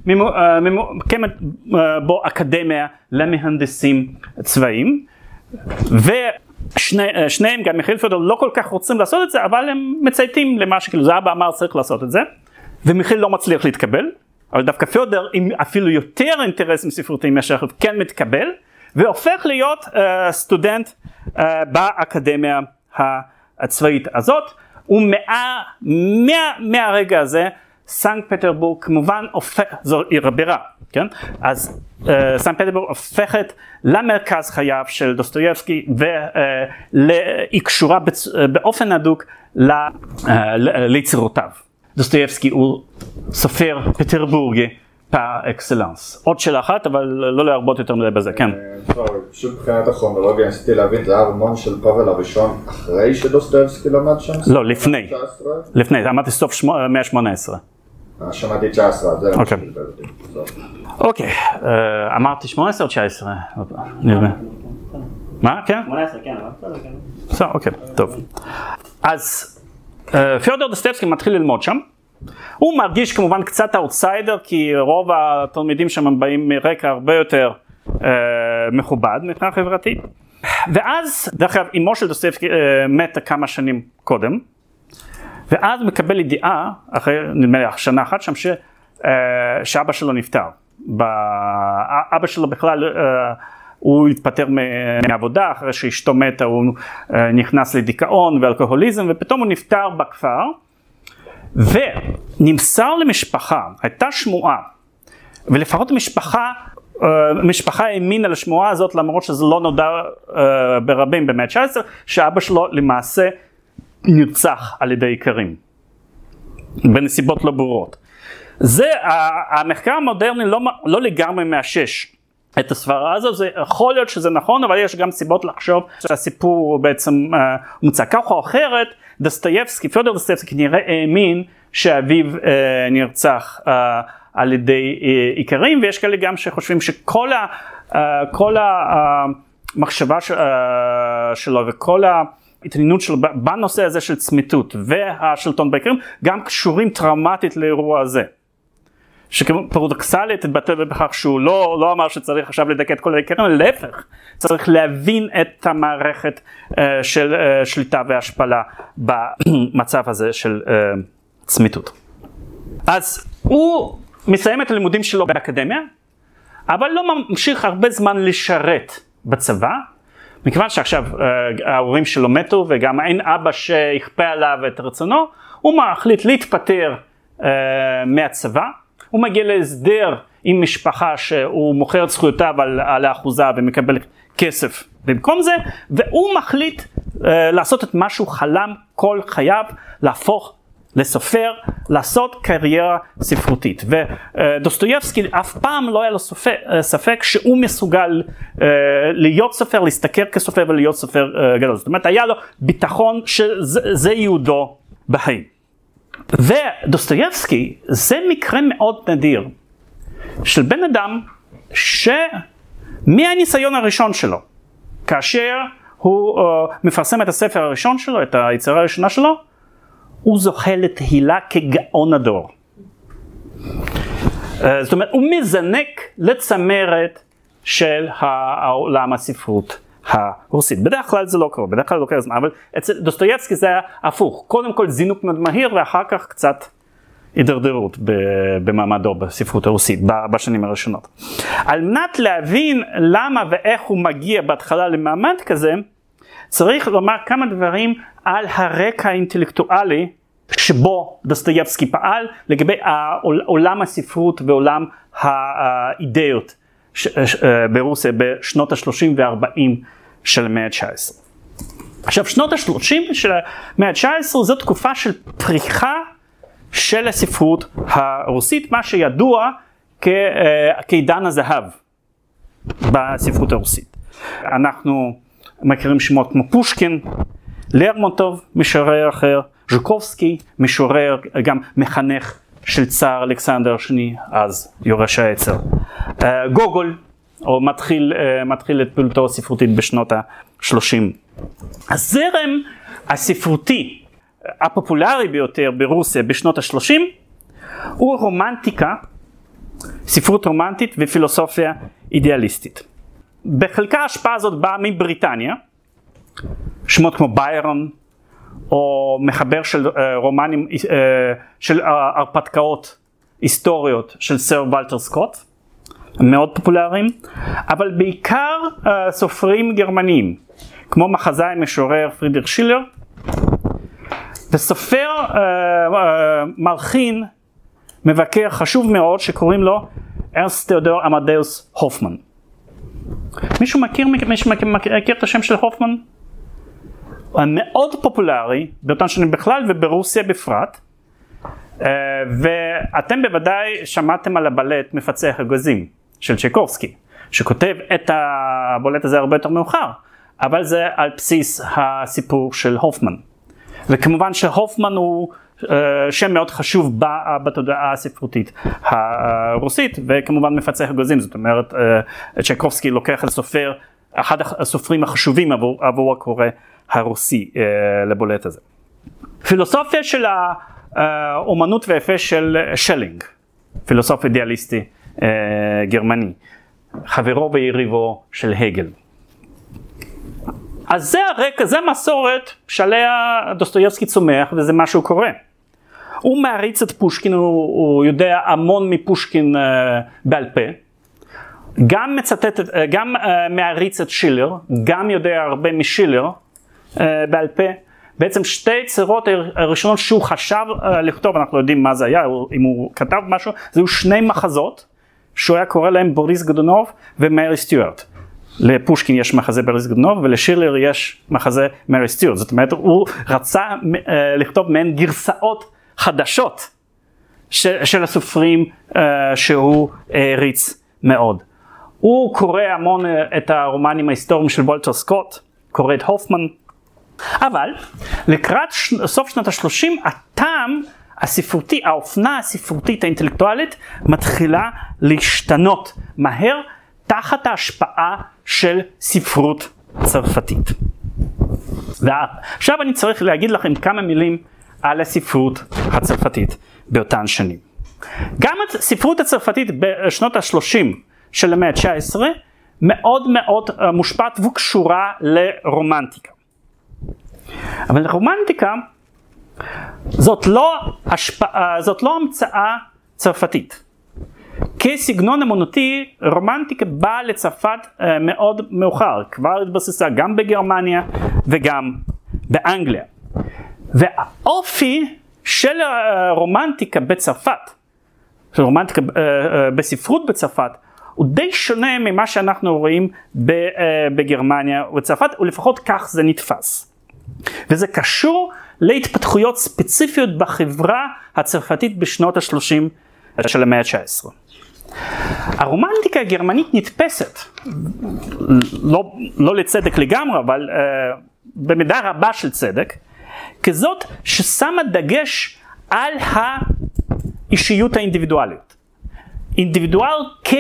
שממוקמת uh, בו אקדמיה למהנדסים צבאיים, ו... שני, שניהם, גם מיכאיל פיודור, לא כל כך רוצים לעשות את זה, אבל הם מצייתים למה שכאילו, זה אבא אמר צריך לעשות את זה, ומיכאיל לא מצליח להתקבל, אבל דווקא פיודור, עם אפילו יותר אינטרסים ספרותיים מאשר כן מתקבל, והופך להיות uh, סטודנט uh, באקדמיה הצבאית הזאת, ומה, מה, מהרגע הזה, סנקט פטרבורג כמובן הופך, זו עיר הבירה, כן? אז uh, סנקט פטרבורג הופכת למרכז חייו של דוסטויבסקי, והיא uh, קשורה בצ, uh, באופן הדוק ל, uh, ליצירותיו. דוסטויבסקי הוא סופר פטרבורגי פר אקסלנס. עוד שאלה אחת, אבל לא להרבות יותר מדי בזה, כן. פשוט מבחינת הכרונולוגיה, ניסיתי להבין, זה הארמון של פאבל הראשון אחרי שדוסטויבסקי למד שם? לא, לפני. לפני, אמרתי סוף מאה ה-שמונה עשרה. שמעתי תשע עשרה, זה לא משהו בלבל אותי. אוקיי, אמרתי שמונה עשרה או תשע עשרה? נראה. מה? כן? שמונה עשרה, כן, אבל בסדר, כן. בסדר, אוקיי, טוב. אז פיודור דוסטויבסקי מתחיל ללמוד שם. הוא מרגיש כמובן קצת אאוטסיידר, כי רוב התלמידים שם באים מרקע הרבה יותר אה, מכובד מבחינה חברתית. ואז, דרך אגב, אמו של דוסטויבסקי אה, מתה כמה שנים קודם, ואז הוא מקבל ידיעה, אחרי נדמה לי שנה אחת שם, ש, אה, שאבא שלו נפטר. אבא שלו בכלל, אה, הוא התפטר מעבודה, אחרי שאשתו מתה הוא אה, נכנס לדיכאון ואלכוהוליזם, ופתאום הוא נפטר בכפר, ונמסר למשפחה, הייתה שמועה, ולפחות המשפחה, המשפחה האמינה לשמועה הזאת, למרות שזה לא נודע ברבים במאה ה-תשע עשרה, שאבא שלו למעשה נרצח על ידי איכרים, בנסיבות לא ברורות. זה, המחקר המודרני לא, לא לגמרי מאשש את הסברה הזאת, זה יכול להיות שזה נכון, אבל יש גם סיבות לחשוב שהסיפור הוא בעצם uh, מוצא. כך או אחרת, דוסטויבסקי, פיודור דוסטויבסקי כנראה האמין שאביו uh, נרצח uh, על ידי uh, איכרים, ויש כאלה גם שחושבים שכל ה, uh, כל המחשבה ש, uh, שלו וכל ההתעניינות שלו בנושא הזה של צמיתות והשלטון באיכרים, גם קשורים טראומטית לאירוע הזה. שפרודוקסלית התבטא בכך שהוא לא, לא אמר שצריך עכשיו לדכא את כל האיכרים, אלא להפך, צריך להבין את המערכת uh, של uh, שליטה והשפלה במצב הזה של uh, צמיתות. אז הוא מסיים את הלימודים שלו באקדמיה, אבל לא ממשיך הרבה זמן לשרת בצבא, מכיוון שעכשיו uh, ההורים שלו מתו וגם אין אבא שיכפה עליו את רצונו, הוא מחליט להתפטר uh, מהצבא, הוא מגיע להסדר עם משפחה שהוא מוכר את זכויותיו על, על האחוזה ומקבל כסף במקום זה, והוא מחליט uh, לעשות את מה שהוא חלם כל חייו, להפוך לסופר, לעשות קריירה ספרותית. ודוסטויבסקי אף פעם לא היה לו ספק, ספק שהוא מסוגל uh, להיות סופר, להסתכר כסופר ולהיות סופר uh, גדול. זאת אומרת, היה לו ביטחון שזה ייעודו בחיים. ודוסטויבסקי זה מקרה מאוד נדיר של בן אדם שמהניסיון הראשון שלו, כאשר הוא uh, מפרסם את הספר הראשון שלו, את היצירה הראשונה שלו, הוא זוכה לתהילה כגאון הדור. Uh, זאת אומרת, הוא מזנק לצמרת של העולם הספרות הרוסית. בדרך כלל זה לא קורה, בדרך כלל לא קורה זמן, אבל אצל דוסטויבסקי זה היה הפוך. קודם כל זינוק מאוד מהיר, ואחר כך קצת הידרדרות במעמדו בספרות הרוסית, בשנים הראשונות. על מנת להבין למה ואיך הוא מגיע בהתחלה למעמד כזה, צריך לומר כמה דברים על הרקע האינטלקטואלי שבו דוסטויבסקי פעל לגבי עולם הספרות ועולם האידאות ברוסיה בשנות ה-שלושים וה-ארבעים של המאה ה-תשע עשרה. עכשיו, שנות ה-שלושים של המאה ה-תשע עשרה זו תקופה של פריחה של הספרות הרוסית, מה שידוע כעידן הזהב בספרות הרוסית. אנחנו מכירים שמות כמו פושקין, לרמונטוב, משורר אחר, ז'וקובסקי, משורר, גם מחנך של צאר אלכסנדר השני, אז יורש העצר. גוגול, או מתחיל, מתחיל את פעולתו הספרותית בשנות ה-שלושים. הזרם הספרותי הפופולרי ביותר ברוסיה בשנות ה-שלושים הוא רומנטיקה, ספרות רומנטית ופילוסופיה אידיאליסטית. בחלקה ההשפעה הזאת באה מבריטניה, שמות כמו ביירון, או מחבר של רומנים, של הרפתקאות היסטוריות של סר ולטר סקוט, מאוד פופולריים, אבל בעיקר סופרים גרמניים, כמו מחזאי משורר פרידריך שילר, וסופר uh, uh, מלחין, מבקר חשוב מאוד שקוראים לו ארנסט תיאודור עמדאוס הופמן. מישהו מכיר, מישהו מכיר, מכיר את השם של הופמן? הוא מאוד פופולרי באותן שנים בכלל וברוסיה בפרט. Uh, ואתם בוודאי שמעתם על הבלט מפצח אגוזים של צ'ייקובסקי, שכותב את הבולט הזה הרבה יותר מאוחר, אבל זה על בסיס הסיפור של הופמן. וכמובן שהופמן הוא uh, שם מאוד חשוב בתודעה הספרותית הרוסית, וכמובן מפצח אגוזים, זאת אומרת uh, צ'ייקובסקי לוקח את הסופר, אחד הסופרים החשובים עבור, עבור הקורא הרוסי uh, לבולט הזה. פילוסופיה של האומנות והיפה של שלינג, פילוסוף אידיאליסטי uh, גרמני, חברו ויריבו של הגל. אז זה הרקע, זה מסורת שעליה דוסטויבסקי צומח, וזה מה שהוא קורא. הוא מעריץ את פושקין, הוא, הוא יודע המון מפושקין uh, בעל פה, גם מצטט, uh, גם uh, מעריץ את שילר, גם יודע הרבה משילר uh, בעל פה. בעצם שתי יצירות הראשונות שהוא חשב uh, לכתוב, אנחנו לא יודעים מה זה היה, אם הוא כתב משהו, זה היו שני מחזות, שהוא היה קורא להם בוריס גודונוב ומרי סטיוארט. לפושקין יש מחזה בוריס גודונוב, ולשילר יש מחזה מרי סטיוארט. זאת אומרת, הוא רצה uh, לכתוב מהן גרסאות חדשות של, של הסופרים uh, שהוא העריץ uh, מאוד. הוא קורא המון uh, את הרומנים ההיסטוריים של וולטר סקוט, קורא את הופמן, אבל לקראת ש... סוף שנות ה-שלושים, הטעם הספרותי, האופנה הספרותית האינטלקטואלית מתחילה להשתנות מהר תחת ההשפעה של ספרות צרפתית. ועכשיו אני צריך להגיד לכם כמה מילים על הספרות הצרפתית באותן שנים. גם הספרות הצרפתית בשנות ה-שלושים של המאה ה-תשע עשרה מאוד מאוד מושפעת וקשורה לרומנטיקה. אבל רומנטיקה זאת לא השפעה, זאת לא המצאה צרפתית. כסגנון אמנותי, רומנטיקה באה לצרפת מאוד מאוחר, כבר התבססה גם בגרמניה וגם באנגליה. והאופי של הרומנטיקה בצרפת, של רומנטיקה בספרות בצרפת, הוא די שונה ממה שאנחנו רואים בגרמניה ובצרפת, ולפחות כך זה נתפס. וזה קשור להתפתחויות ספציפיות בחברה הצרפתית בשנות ה-שלושים של המאה ה-תשע עשרה. הרומנטיקה הגרמנית נתפסת, לא, לא לצדק לגמרי, אבל uh, במידה רבה של צדק, כזאת ששמה דגש על האישיות האינדיבידואלית. אינדיבידואל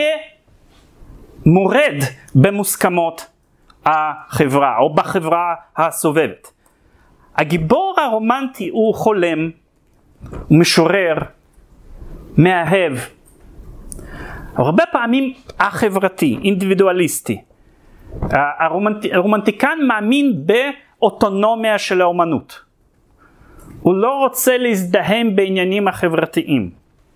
כמורד במוסכמות החברה או בחברה הסובבת. הגיבור הרומנטי הוא חולם, הוא משורר, מאהב, הרבה פעמים החברתי, אינדיבידואליסטי. הרומנט... הרומנטיקן מאמין באוטונומיה של האומנות. הוא לא רוצה להזדהם בעניינים החברתיים.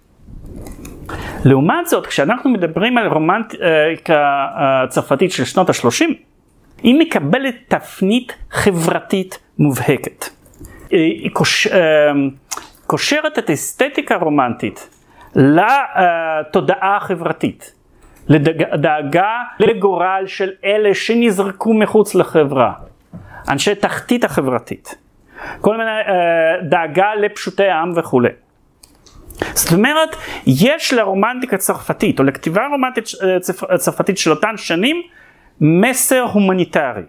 לעומת זאת, כשאנחנו מדברים על רומנטיקה צרפתית של שנות ה-שלושים, היא מקבלת תפנית חברתית מובהקת. היא קוש... קושרת את האסתטיקה הרומנטית לתודעה החברתית, לדאגה לגורל של אלה שנזרקו מחוץ לחברה, אנשי תחתית החברתית, כל מיני דאגה לפשוטי העם וכו'. זאת אומרת, יש לרומנטיקה צרפתית, או לכתיבה רומנטית צרפתית של אותן שנים, מסר הומניטרי,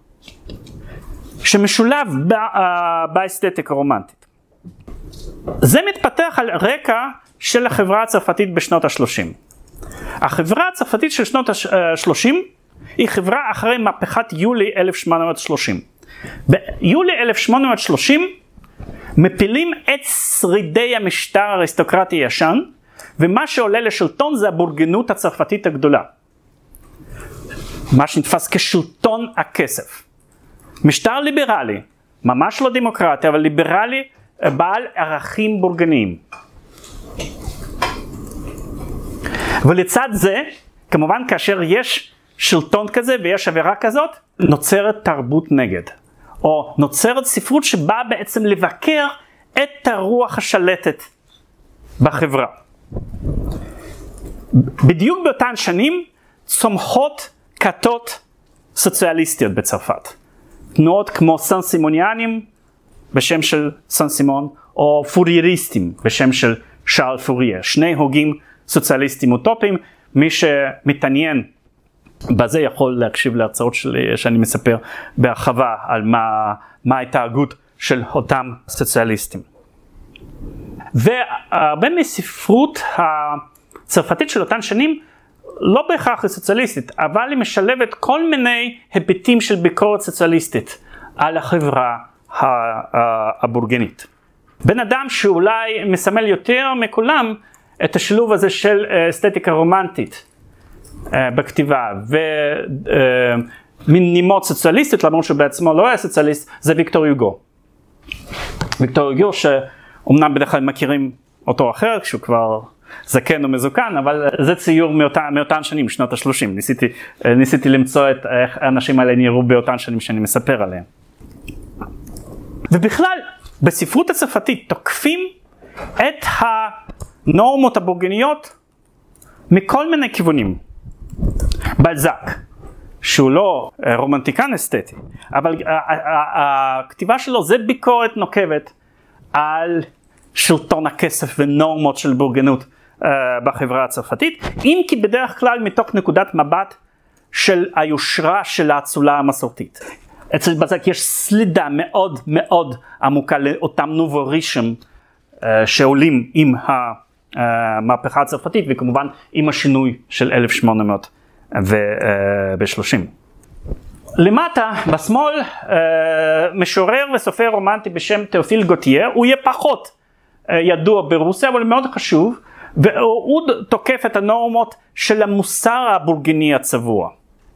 שמשולב באסתטיקה הרומנטית. זה מתפתח על רקע של החברה הצרפתית בשנות ה-שלושים. החברה הצרפתית של שנות ה-שלושים היא חברה אחרי מהפכת יולי אלף שמונה מאות שלושים. ביולי אלף שמונה מאות שלושים מפילים את שרידי המשטר האריסטוקרטי הישן, ומה שעולה לשלטון זה הבורגנות הצרפתית הגדולה. מה שנתפס כשלטון הכסף. משטר ליברלי, ממש לא דמוקרטי, אבל ליברלי, בעל ערכים בורגניים. ולצד זה, כמובן כאשר יש שלטון כזה ויש עבירה כזאת, נוצרת תרבות נגד. או נוצרת ספרות שבאה בעצם לבקר את הרוח השלטת בחברה. בדיוק באותן שנים צומחות כתות סוציאליסטיות בצרפת. תנועות כמו סן סימוניאנים בשם של סן סימון, או פורייריסטים בשם של שארל פורייר, שני הוגים סוציאליסטים אוטופיים. מי שמתעניין בזה יכול להקשיב להרצאות שלי שאני מספר בהרחבה על מה, מה הייתה ההגות של אותם סוציאליסטים. והרבה מספרות הצרפתית של אותן שנים לא בהכרח היא סוציאליסטית, אבל היא משלבת כל מיני היבטים של ביקורת סוציאליסטית על החברה הבורגנית. בן אדם שאולי מסמל יותר מכולם את השילוב הזה של אסתטיקה רומנטית בכתיבה ומין נימות סוציאליסטית, למרות שבעצמו לא היה סוציאליסט, זה ויקטור יוגו. ויקטור יוגו שאומנם בדרך כלל מכירים אותו אחר כשהוא כבר זקן או מזוקן, אבל זה ציור מאותה, מאותן שנים, שנות ה-שלושים. ניסיתי, ניסיתי למצוא את איך האנשים האלה נראו באותן שנים שאני מספר עליהם. ובכלל, בספרות הצרפתית תוקפים את הנורמות הבורגניות מכל מיני כיוונים. בלזק, שהוא לא רומנטיקן אסתטי, אבל הכתיבה שלו זה ביקורת נוקבת על שלטון הכסף ונורמות של בורגנות בחברה הצרפתית, אם כי בדרך כלל מתוך נקודת מבט של היושרה של האצולה המסורתית. אצל בלזק יש סלידה מאוד מאוד עמוקה לאותם נובורישים שעולים עם המהפכה הצרפתית, וכמובן עם השינוי של אלף שמונה מאות ושלושים. למטה בשמאל משורר וסופר רומנטי בשם תיאופיל גוטייה, הוא יהיה פחות ידוע ברוסיה אבל מאוד חשוב, והוא תוקף את הנורמות של המוסר הבורגני הצבוע.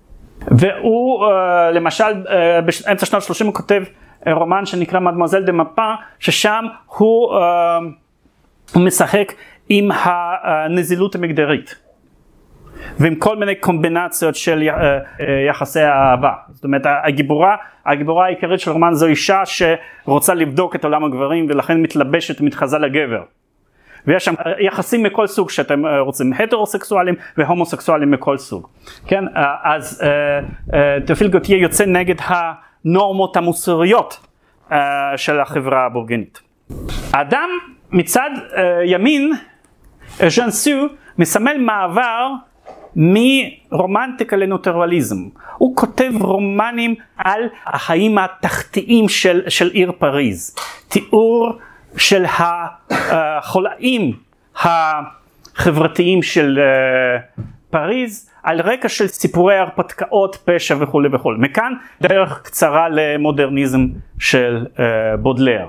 והוא למשל באמצע שנות שלושים הוא כותב רומן שנקרא מדמואזל דה מפה, ששם הוא, הוא משחק עם הנזילות המגדרית ועם כל מיני קומבינציות של יחסי האהבה. זאת אומרת, הגיבורה, הגיבורה העיקרית של רומן זו אישה שרוצה לבדוק את עולם הגברים ולכן מתלבשת מתחזה לגבר. ויש שם יחסים מכל סוג שאתם רוצים, הטרוסקסואלים והומוסקסואלים מכל סוג. כן, אז תיאופיל גוטייה יוצא נגד הנורמות המוסריות של החברה הבורגנית. האדם מצד ימין, ז'אן סו, מסמל מעבר מרומנטיקה לנוטרליזם. הוא כותב רומנים על החיים התחתיים של, של עיר פריז. תיאור של החולאים החברתיים של פריז, על רקע של סיפורי הרפתקאות, פשע וכו' וכו'. מכאן דרך קצרה למודרניזם של בודלר.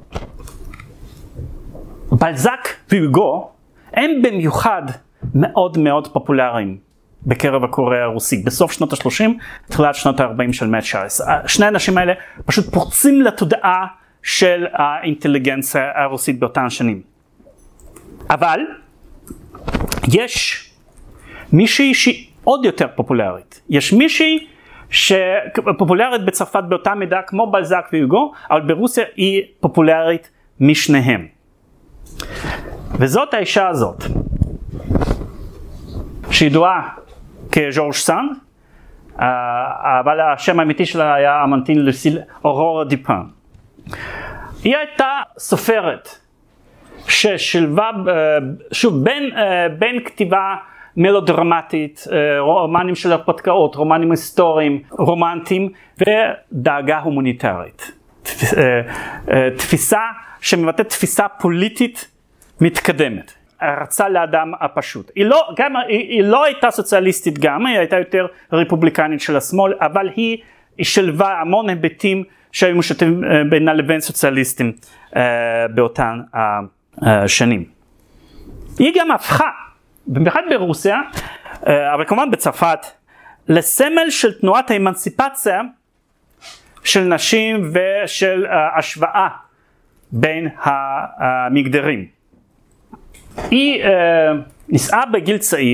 בלזק ויוגו הם במיוחד מאוד מאוד פופולריים בקרב הקורא הרוסי, בסוף שנות ה-שלושים, תחילת שנות ה-ארבעים של המאה ה-תשע עשרה. שני האנשים האלה פשוט פורצים לתודעה של האינטליגנציה הרוסית באותן שנים. אבל יש מישהי שהיא עוד יותר פופולרית. יש מישהי שפופולרית בצרפת באותה מידה כמו בלזק ויוגו, אבל ברוסיה היא פופולרית משניהם. וזאת האישה הזאת, שידועה כז'ורז' סנד, אבל השם האמיתי שלה היה אמנטין לוסיל אורורה דיפן. היא הייתה סופרת ששילבה, שוב, בין, בין כתיבה מלודרמטית, רומנים של הרפתקאות, רומנים היסטוריים, רומנטיים, ודאגה הומניטרית. תפיסה שמבטאת תפיסה פוליטית מתקדמת. הרצה לאדם הפשוט. היא לא, גם, היא, היא לא הייתה סוציאליסטית גם, היא הייתה יותר רפובליקנית של השמאל, אבל היא, היא שלבה המון היבטים שהיו משתפים בינה לבין סוציאליסטים באותן השנים. היא גם הפכה, במיוחד ברוסיה, אבל כמובן בצרפת, לסמל של תנועת האמנסיפציה של נשים ושל השוואה בין המגדרים. היא נישאה בגיל צעיר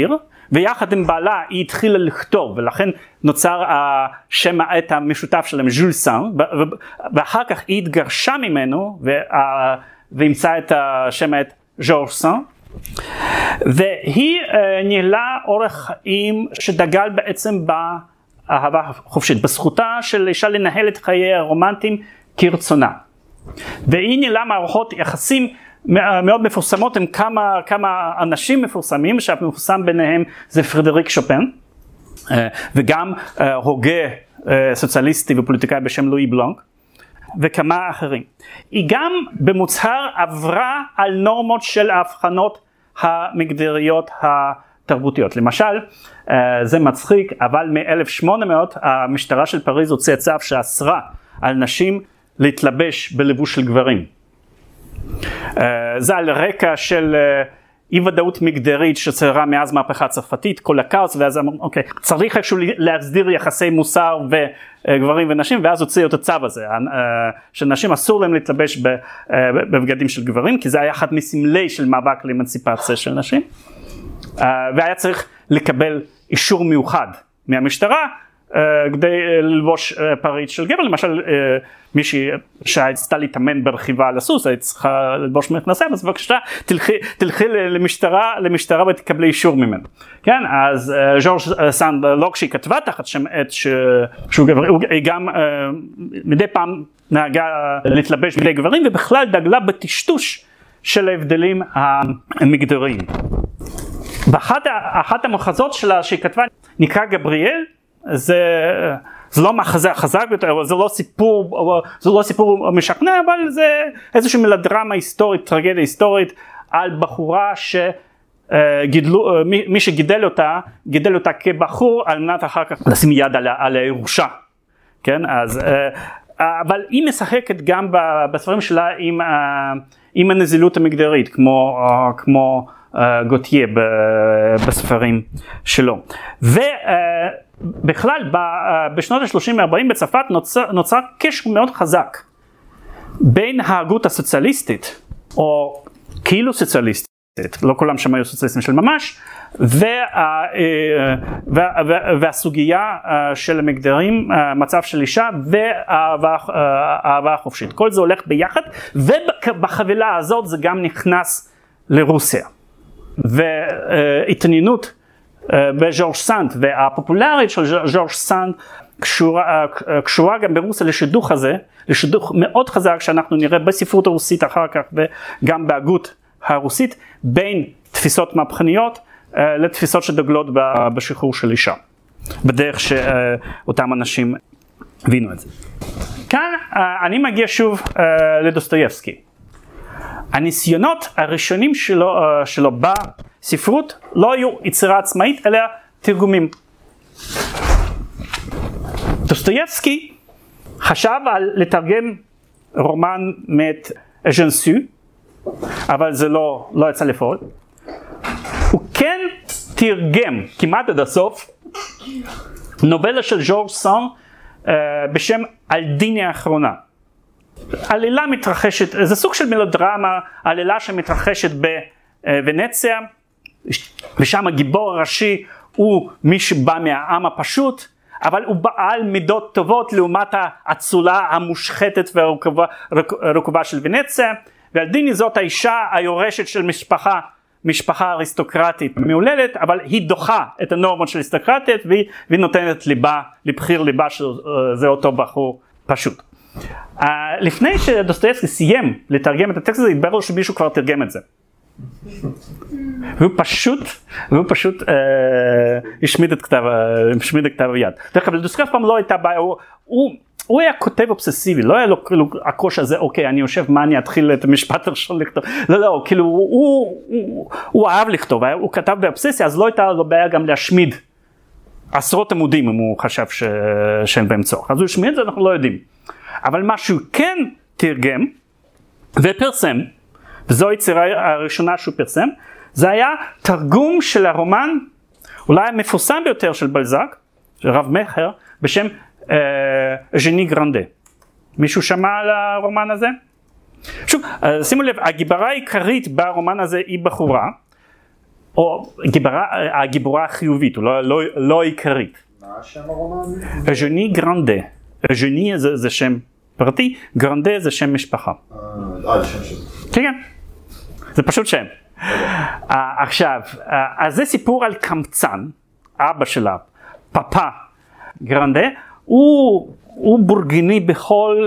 ויחד עם בעלה היא התחילה לכתוב, ולכן נוצר השם העט המשותף שלהם, ז'ול סן, ואחר כך היא התגרשה ממנו, והמצאה את השם העט ז'ורז' סן, והיא ניהלה אורח חיים שדגל בעצם באהבה חופשית, בזכותה של אישה לנהל את חיי הרומנטיים כרצונה. והיא ניהלה מערכות יחסים מאוד מפורסמות עם כמה, כמה אנשים מפורסמים, שהמפורסם ביניהם זה פרדריק שופן, וגם הוגה סוציאליסטי ופוליטיקאי בשם לואי בלנק, וכמה אחרים. היא גם במוצהר עברה על נורמות של ההבחנות המגדריות התרבותיות. למשל, זה מצחיק, אבל מ-אלף שמונה מאות המשטרה של פריז הוציאה צו שאסרה על נשים להתלבש בלבוש של גברים. זה על רקע של אי ודאות מגדרית שצרה מאז מהפכה צרפתית, כל הכאוס, ואז אמרו, אוקיי, צריך איכשהו להסדיר יחסי מוסר וגברים ונשים, ואז הוציאו את הצו הזה, שנשים אסור להם להתלבש בבגדים של גברים, כי זה היה אחד מסמלי של מאבק לאמנציפציה של נשים, והיה צריך לקבל אישור מיוחד מהמשטרה, כדי ללבוש פריט של גבר. למשל מישהי שהייתה להתאמן ברכיבה על הסוס, היית צריכה ללבוש מכנסיים, אז בבקשה תלכי, תלכי למשטרה, למשטרה ותקבלי אישור ממנו. כן, אז ז'ורז' סן, לא כשהיא כתבה תחת שם עט שהוא גבר, היא גם מדי פעם נהגה להתלבש בידי גברים, ובכלל דגלה בטשטוש של ההבדלים המגדריים. באחת המחזות שלה שהיא כתבה נקרא גבריאל, זה, זה לא מחזה חזק יותר, זה לא סיפור, זה לא סיפור משכנע, אבל זה איזושהי מלודרמה היסטורית, טרגדיה היסטורית, על בחורה שגידלו, מי, מי שגידל אותה, גידל אותה כבחור, על מנת אחר כך לשים יד על, על הירושה, כן, אז, אבל היא משחקת גם בספרים שלה עם, עם הנזילות המגדרית, כמו, כמו גוטייה בספרים שלו. ו... בכלל, בשנות ה-שלושים ארבעים בצרפת נוצר, נוצר קשר מאוד חזק בין ההגות הסוציאליסטית, או כאילו סוציאליסטית, לא כולם שם היו סוציאליסטים של ממש, וה, וה, וה, והסוגיה של המגדרים, מצב של אישה והאהבה החופשית. כל זה הולך ביחד, ובחבילה הזאת זה גם נכנס לרוסיה. והתעניינות בז'ורז' סנד, והפופולרית של ז'ורז' סנד קשורה, קשורה גם ברוסיה לשידוך הזה, לשידוך מאוד חזק שאנחנו נראה בספרות הרוסית אחר כך וגם בהגות הרוסית, בין תפיסות מהפכניות לתפיסות שדגלות בשחרור של אישה, בדרך שאותם אנשים הבינו את זה. כאן אני מגיע שוב לדוסטויבסקי. הניסיונות הראשונים שלו, שלו בספרות לא היו יצירה עצמאית, אלא תרגומים. דוסטויבסקי חשב על לתרגם רומן מאת אז'נסו, אבל זה לא, לא יצא לפעול. הוא כן תרגם כמעט עד הסוף נובלה של ז'ורז' סן בשם אלדיני האחרונה. עלילה מתרחשת, זה סוג של מלודרמה, עלילה שמתרחשת בוונציה, ושם הגיבור הראשי הוא מי שבא מהעם הפשוט, אבל הוא בעל מידות טובות לעומת האצולה המושחתת והרקובה של ונציה, ואלדיני זאת האישה היורשת של משפחה, משפחה אריסטוקרטית מעוללת, אבל היא דוחה את הנורמות של אריסטוקרטית, והיא, והיא נותנת ליבה, לבחיר ליבה שזה אותו בחור פשוט. Uh, לפני שדוסטויבסקי סיים לתרגם את הטקסט הזה, התברר לו שמישהו כבר תרגם את זה. והוא פשוט, והוא פשוט uh, השמיד את כתב, השמיד את כתב היד. דרך אגב, לדוסטויבסקי אף פעם לא הייתה בעיה, הוא, הוא, הוא היה כותב אובססיבי, לא היה לו כאילו הקוש הזה, אוקיי, אני יושב, מה אני אתחיל את המשפט הראשון לכתוב? לא, לא, כאילו, הוא, הוא, הוא, הוא אהב לכתוב, הוא כתב באובססיה, אז לא הייתה לו בעיה גם להשמיד עשרות עמודים, אם הוא חשב ש... שאין בהם צורך. אז הוא השמיד את זה, אנחנו לא יודעים. אבל מה שהוא כן תרגם ופרסם, וזו היצירה הראשונה שהוא פרסם, זה היה תרגום של הרומן, אולי המפורסם ביותר של בלזק, של רב מכר, בשם אה, ז'ני גרנדה. מישהו שמע על הרומן הזה? שוב, שימו לב, הגיברה העיקרית ברומן הזה היא בחורה, או גיבורה, הגיבורה החיובית, לא, לא, לא עיקרית. מה השם הרומן? אז'ני גרנדה. אז'ני זה, זה שם פרטי, גרנדה זה שם משפחה. אה, זה שם שם. כן, כן. זה פשוט שם. עכשיו, אז זה סיפור על קמצן, אבא שלה, פאפה גרנדה, הוא, הוא בורגני בכל,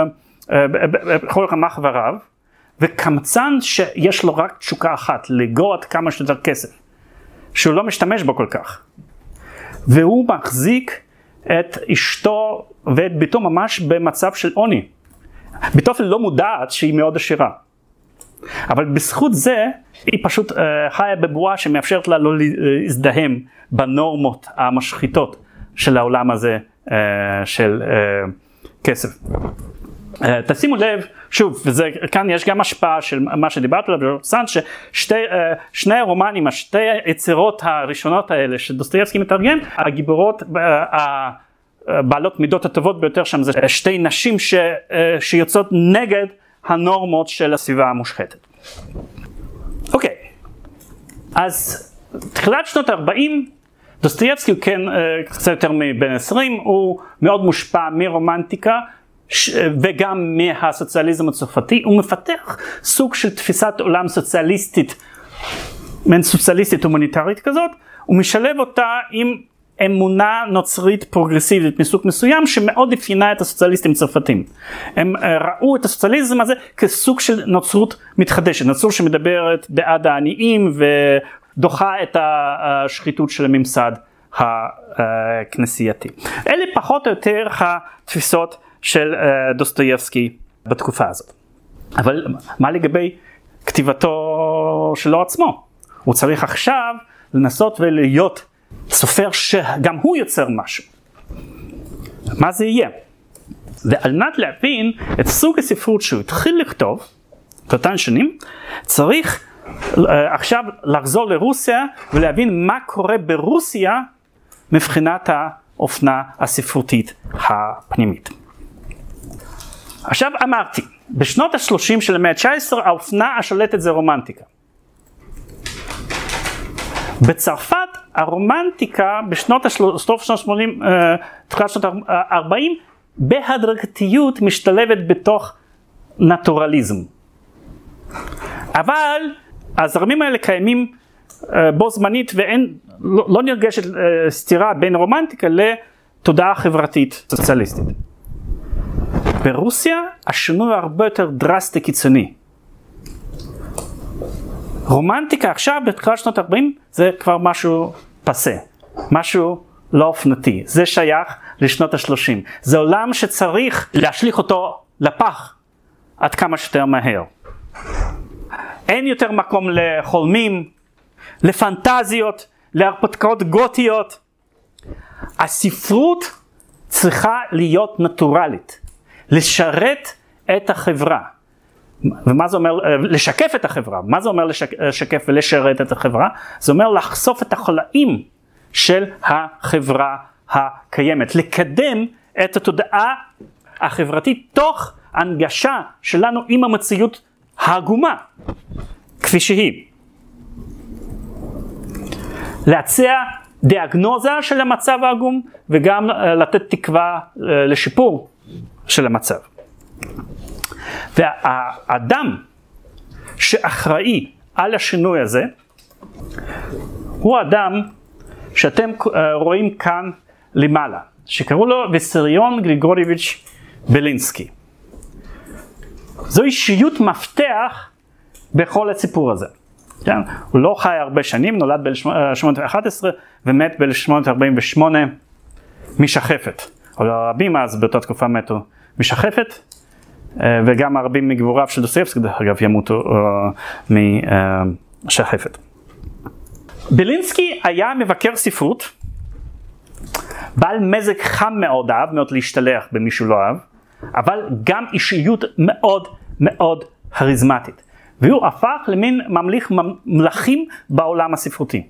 בכל רמ"ח ורב, וקמצן שיש לו רק תשוקה אחת, לגעות כמה שיותר כסף, שהוא לא משתמש בו כל כך. והוא מחזיק את אשתו ואת ביתו ממש במצב של עוני. ביתו לא מודעת שהיא מאוד עשירה. אבל בזכות זה היא פשוט uh, חיה בבועה שמאפשרת לה לא להזדהם בנורמות המשחיתות של העולם הזה uh, של uh, כסף. Uh, תשימו לב, שוב, וזה, כאן יש גם השפעה של מה שדיברת עליו, ששני uh, הרומנים, השתי היצירות הראשונות האלה שדוסטויבסקי מתרגם, הגיבורות, uh, בעלות מידות הטובות ביותר שם זה שתי נשים ש, uh, שיוצאות נגד הנורמות של הסביבה המושחתת. אוקיי, אז תחילת שנות ה-ארבעים, דוסטויבסקי הוא כן קצת יותר מבן עשרים, הוא מאוד מושפע מרומנטיקה וגם מהסוציאליזם הצרפתי, הוא מפתח סוג של תפיסת עולם סוציאליסטית, מעין סוציאליסטית הומניטרית כזאת, הוא משלב אותה עם אמונה נוצרית פרוגרסיבית מסוג מסוים שמאוד אפיינה את הסוציאליסטים הצרפתים. הם ראו את הסוציאליזם הזה כסוג של נוצרות מתחדשת, נצרות שמדברת בעד העניים ודוחה את השחיתות של הממסד הכנסייתי. אלה פחות או יותר התפיסות של דוסטויבסקי בתקופה הזאת. אבל מה לגבי כתיבתו שלו עצמו? הוא צריך עכשיו לנסות ולהיות סופר שגם הוא יוצר משהו. מה זה יהיה? ועל מנת להבין את סוג הספרות שהוא התחיל לכתוב, באותן שנים, צריך uh, עכשיו לחזור לרוסיה ולהבין מה קורה ברוסיה מבחינת האופנה הספרותית הפנימית. עכשיו אמרתי, בשנות ה-שלושים של המאה ה-תשע עשרה האופנה השולטת זה רומנטיקה. בצרפת הרומנטיקה בשנות סוף שנות ה-שמונים, תחילת שנות ה-ארבעים, בהדרגתיות משתלבת בתוך נטורליזם. אבל הזרמים האלה קיימים בו זמנית ואין, לא, לא נרגשת סתירה בין רומנטיקה לתודעה חברתית סוציאליסטית. ברוסיה השינוי הרבה יותר דרסטי קיצוני. רומנטיקה עכשיו בתחילת שנות ה-ארבעים זה כבר משהו פסה, משהו לא אופנתי, זה שייך לשנות ה-שלושים. זה עולם שצריך להשליך אותו לפח עד כמה שיותר מהר. אין יותר מקום לחולמים, לפנטזיות, להרפתקאות גותיות. הספרות צריכה להיות נטורלית, לשרת את החברה. ומה זה אומר? לשקף את החברה. מה זה אומר לשקף ולשרת את החברה? זה אומר לחשוף את החולאים של החברה הקיימת, לקדם את התודעה החברתית תוך הנגשה שלנו עם המציאות העגומה כפי שהיא. להציע דיאגנוזה של המצב העגום וגם לתת תקווה לשיפור של המצב. והאדם שאחראי על השינוי הזה הוא אדם שאתם רואים כאן למעלה, שקראו לו ויסריון גריגוריביץ' בלינסקי. זו אישיות מפתח בכל הסיפור הזה. כן? הוא לא חי הרבה שנים, נולד ב-אלף שמונה מאות ואחת עשרה ומת ב-אלף שמונה מאות ארבעים ושמונה משחפת. רבים אז באותה תקופה מתו משחפת, וגם הרבים מגבוריו של דוסטויבסקי דרך אגב ימותו משחפת. בלינסקי היה מבקר ספרות, בעל מזג חם מאוד, אהב מאוד להשתלח במי שהוא לא אהב, אבל גם אישיות מאוד מאוד כריזמטית. והוא הפך למין ממליך מלכים בעולם הספרותי.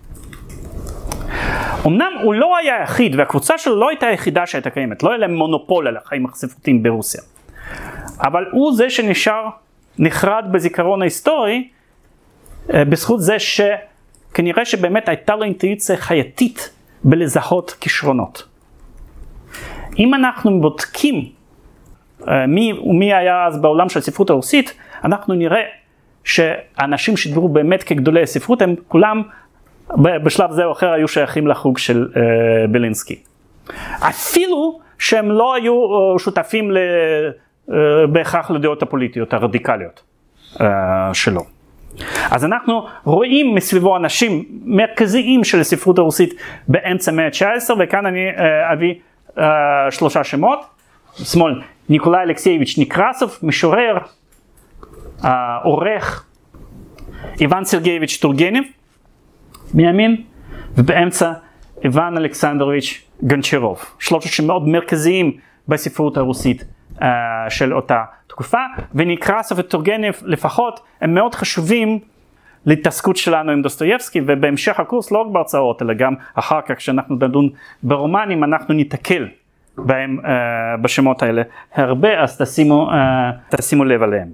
אמנם הוא לא היה היחיד, והקבוצה שלו לא הייתה היחידה שהייתה קיימת, לא היה להם מונופול על החיים הספרותיים ברוסיה. אבל הוא זה שנשאר נחרד בזיכרון ההיסטורי, בזכות זה כנראה שבאמת הייתה לו אינטואיציה חייתית בלזהות כישרונות. אם אנחנו בודקים מי ומי היה אז בעולם של הספרות הרוסית, אנחנו נראה שאנשים שדיברו באמת כגדולי הספרות הם כולם בשלב זה או אחר היו שייכים לחוג של uh, בלינסקי. אפילו שהם לא היו uh, שותפים ל, uh, בהכרח לדעות הפוליטיות הרדיקליות uh, שלו. אז אנחנו רואים מסביבו אנשים מרכזיים של הספרות הרוסית באמצע המאה ה-תשע עשרה, וכאן אני uh, אביא uh, שלושה שמות. שמאל, ניקולאי אלכסייביץ' נקרסוב, משורר, uh, עורך, איוון סרגייביץ' טורגניב, מימין, ובאמצע איוון אלכסנדרוביץ' גנצ'רוב. שלושה שמות מרכזיים בספרות הרוסית uh, של אותה תקופה, ונקרסוב וטורגניב לפחות הם מאוד חשובים להתעסקות שלנו עם דוסטויבסקי, ובהמשך הקורס לא רק בהרצאות, אלא גם אחר כך כשאנחנו נדון ברומנים, אנחנו ניתקל בהם uh, בשמות האלה הרבה, אז תשימו, uh, תשימו לב עליהם.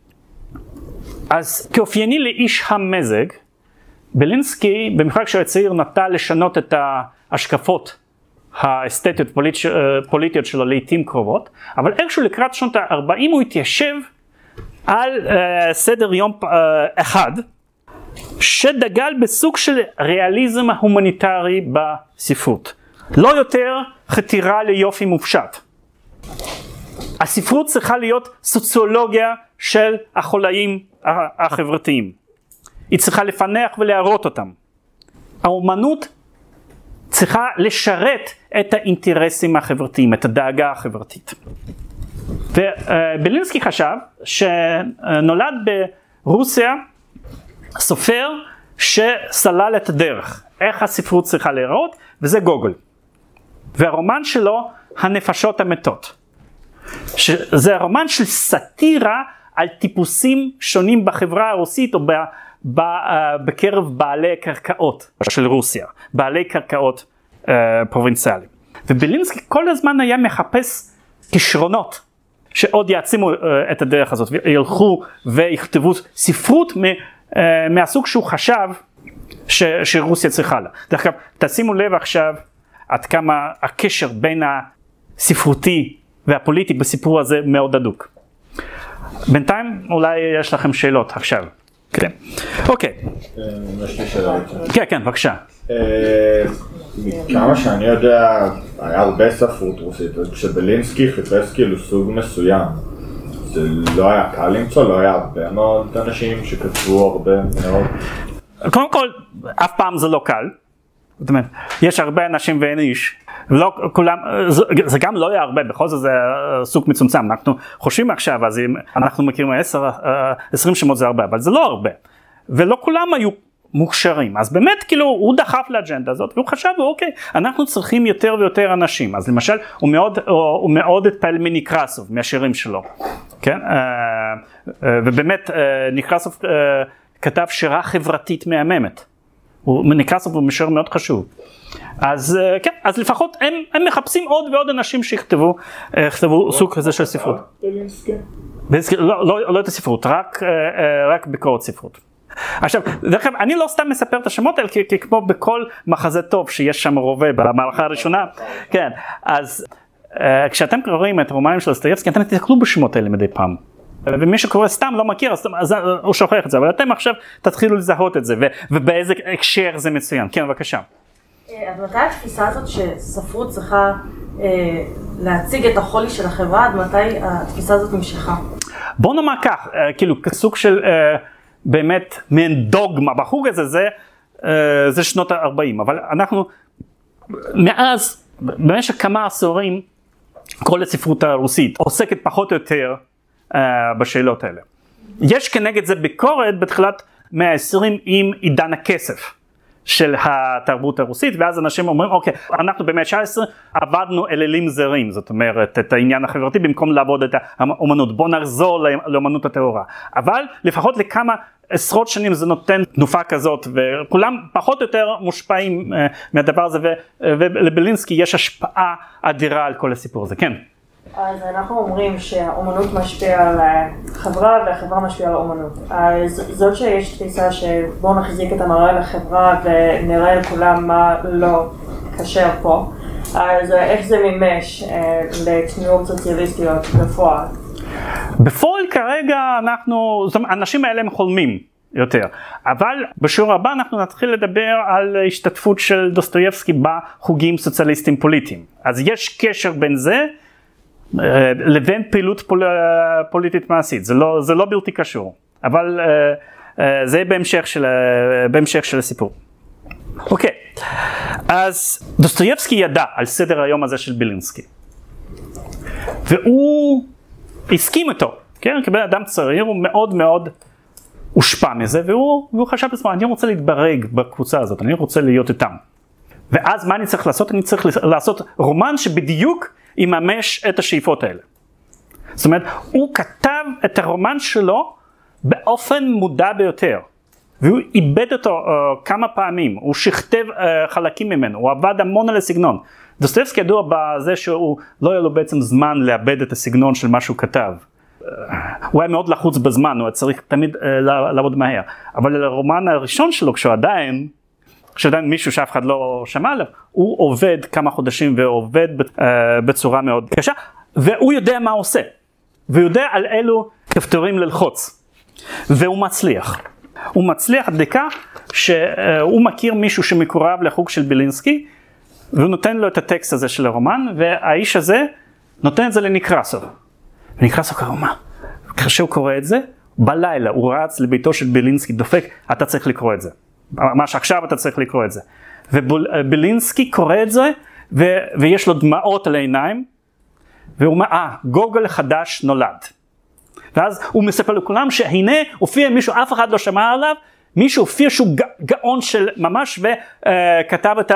אז כאופייני לאיש המזג, בלינסקי במיוחד כשהוא צעיר נטה לשנות את ההשקפות האסתטיות פוליטיות שלו לעתים קרובות, אבל איכשהו לקראת שנות ה-ארבעים הוא התיישב על uh, סדר יום uh, אחד שדגל בסוג של ריאליזם ההומניטרי בספרות. לא יותר חתירה ליופי מופשט. הספרות צריכה להיות סוציולוגיה של החולאים החברתיים. היא צריכה לפנח ולהראות אותם. האומנות צריכה לשרת את האינטרסים החברתיים, את הדאגה החברתית. ובלינסקי חשב שנולד ברוסיה סופר שסלל את הדרך, איך הספרות צריכה להיראות, וזה גוגול. והרומן שלו, הנפשות המתות. שזה רומן של סאטירה על טיפוסים שונים בחברה הרוסית או ב, ב, בקרב בעלי קרקעות של רוסיה, בעלי קרקעות uh, פרובינציאליים. ובלינסקי כל הזמן היה מחפש כישרונות שעוד יעצימו uh, את הדרך הזאת, וילכו ויכתבו ספרות מ, uh, מהסוג שהוא חשב ש, שרוסיה צריכה לה. דרך אגב, תשימו לב עכשיו עד כמה הקשר בין הספרותי והפוליטי בסיפור הזה מאוד הדוק. בינתיים אולי יש לכם שאלות עכשיו. כן. אוקיי. יש לי שאלה. כן, כן, בבקשה. כמה שאני יודע, היה הרבה ספרות רוסית, כשבלינסקי חיפש כאילו סוג מסוים, זה לא היה קל למצוא, לא היה הרבה מאוד אנשים שכתבו הרבה מאוד. קודם כל, אף פעם זה לא קל. זאת אומרת, יש הרבה אנשים ואין איש, ולא כולם, זה, זה גם לא היה הרבה, בכל זאת זה סוג מצומצם, אנחנו חושבים עכשיו, אז אם אנחנו מכירים עשר, עשרים שמות זה הרבה, אבל זה לא הרבה, ולא כולם היו מוכשרים, אז באמת כאילו הוא דחף לאג'נדה הזאת, והוא חשב, אוקיי, אנחנו צריכים יותר ויותר אנשים, אז למשל הוא מאוד, הוא מאוד התפעל מנקרסוב, מהשירים שלו, כן, ובאמת נקרסוב כתב שירה חברתית מהממת, הוא נקרסוב הוא משורר מאוד חשוב. אז כן, אז לפחות הם, הם מחפשים עוד ועוד אנשים שיכתבו, יכתבו סוג כזה של ספרות. לא, לא, לא את הספרות, רק, רק ביקורת ספרות. עכשיו, דרך אגב, אני לא סתם מספר את השמות האלה, כי, כי כמו בכל מחזה טוב שיש שם רובה במערכה הראשונה, כן, אז כשאתם קוראים את הרומנים של דוסטויבסקי, אתם תתקלו בשמות האלה מדי פעם. ומי שקורא סתם לא מכיר, אז, אז הוא שוכח את זה, אבל אתם עכשיו תתחילו לזהות את זה, ו, ובאיזה הקשר זה מצוין. כן, בבקשה. אז מתי התפיסה הזאת שספרות צריכה אה, להציג את החולי של החברה, עד מתי התפיסה הזאת נמשכה? בוא נאמר כך, אה, כאילו כסוג של אה, באמת מעין דוגמה, בחוג הזה זה, אה, זה שנות ה-ארבעים, אבל אנחנו מאז, במשך כמה עשורים, כל הספרות הרוסית עוסקת פחות או יותר uh, בשאלות האלה. יש כנגד זה ביקורת בתחילת מאה ה-עשרים עם עידן הכסף של התרבות הרוסית, ואז אנשים אומרים, אוקיי, אנחנו במאה ה-תשע עשרה עבדנו אלילים זרים, זאת אומרת, את העניין החברתי במקום לעבוד את האומנות, בוא נחזור לאומנות הטהורה. אבל לפחות לכמה עשרות שנים זה נותן תנופה כזאת, וכולם פחות או יותר מושפעים uh, מהדבר הזה, ולבלינסקי יש השפעה אדירה על כל הסיפור הזה, כן. אז אנחנו אומרים שהאומנות משפיעה על חברה והחברה משפיעה על האומנות. אז זאת שיש תפיסה שבואו נחזיק את המראה לחברה ונראה לכולם מה לא כשר פה, אז איך זה מימש לתנועות סוציאליסטיות בפועל? בפועל כרגע אנחנו, זאת אומרת, האנשים האלה הם חולמים יותר, אבל בשיעור הבא אנחנו נתחיל לדבר על השתתפות של דוסטויבסקי בחוגים סוציאליסטיים פוליטיים. אז יש קשר בין זה לבין פעילות פול... פוליטית מעשית, זה לא, זה לא בלתי קשור, אבל זה בהמשך של, בהמשך של הסיפור. אוקיי, אז דוסטויבסקי ידע על סדר היום הזה של בילינסקי, והוא הסכים איתו, כן? כבן אדם צעיר הוא מאוד מאוד הושפע מזה, והוא, והוא חשב לעצמו, אני רוצה להתברג בקבוצה הזאת, אני רוצה להיות איתם. ואז מה אני צריך לעשות? אני צריך לעשות רומן שבדיוק יממש את השאיפות האלה. זאת אומרת, הוא כתב את הרומן שלו באופן מודע ביותר, והוא איבד אותו uh, כמה פעמים, הוא שכתב uh, חלקים ממנו, הוא עבד המון על הסגנון. דוסטויבסקי ידוע בזה שהוא לא היה לו בעצם זמן לאבד את הסגנון של מה שהוא כתב. Uh, הוא היה מאוד לחוץ בזמן, הוא היה צריך תמיד uh, לעבוד מהר. אבל הרומן הראשון שלו, כשהוא עדיין, כשעדיין מישהו שאף אחד לא שמע עליו, הוא עובד כמה חודשים ועובד uh, בצורה מאוד קשה, והוא יודע מה הוא עושה. והוא יודע על אילו כפתורים ללחוץ. והוא מצליח. הוא מצליח עד כך שהוא מכיר מישהו שמקורב לחוג של בילינסקי, והוא נותן לו את הטקסט הזה של הרומן, והאיש הזה נותן את זה לנקרסוב. ונקרסוב קרא, מה? כשהוא קורא את זה, בלילה הוא רץ לביתו של בילינסקי, דופק, אתה צריך לקרוא את זה. ממש עכשיו אתה צריך לקרוא את זה. ובילינסקי קורא את זה, ו- ויש לו דמעות על העיניים, והוא אומר, אה, גוגל חדש נולד. ואז הוא מספר לכולם שהנה הופיע מישהו, אף אחד לא שמע עליו, מישהו הופיע שהוא גאון של ממש, וכתב את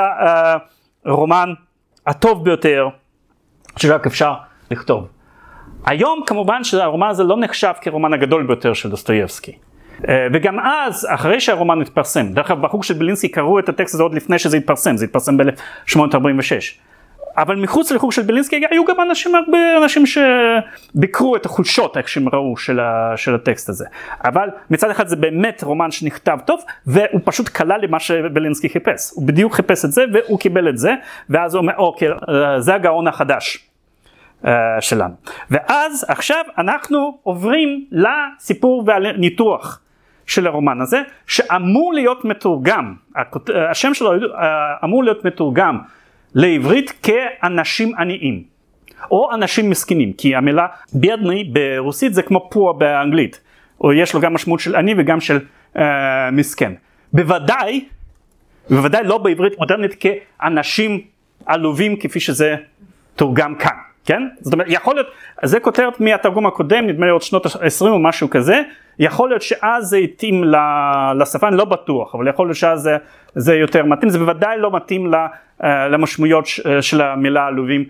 הרומן הטוב ביותר שרק אפשר לכתוב. היום כמובן שהרומן הזה לא נחשב כרומן הגדול ביותר של דוסטויבסקי. וגם אז, אחרי שהרומן התפרסם, דרך אגב בחוג של בילינסקי קראו את הטקסט הזה עוד לפני שזה התפרסם, זה התפרסם ב-אלף שמונה מאות ארבעים ושש. אבל מחוץ לחוג של בילינסקי היו גם אנשים, הרבה אנשים שביקרו את החולשות, איך שהם ראו, של, ה, של הטקסט הזה. אבל מצד אחד זה באמת רומן שנכתב טוב, והוא פשוט כלל למה שבילינסקי חיפש. הוא בדיוק חיפש את זה, והוא קיבל את זה, ואז הוא אומר, אוקיי, זה הגאון החדש uh, שלנו. ואז עכשיו אנחנו עוברים לסיפור והניתוח של הרומן הזה, שאמור להיות מתורגם, השם שלו אמור להיות מתורגם, לעברית כאנשים עניים, או אנשים מסכנים, כי המילה בידני ברוסית זה כמו פור באנגלית, או יש לו גם משמעות של עני וגם של אה, מסכן. בוודאי, בוודאי לא בעברית מודרנית כאנשים עלובים כפי שזה תורגם כאן, כן? זאת אומרת, יכול להיות, זה כותרת מהתרגום הקודם, נדמה לי עוד שנות ה-עשרים או משהו כזה, יכול להיות שאז זה התאים לשפה, אני לא בטוח, אבל יכול להיות שאז זה, זה יותר מתאים, זה בוודאי לא מתאים למשמעויות של המילה עלובים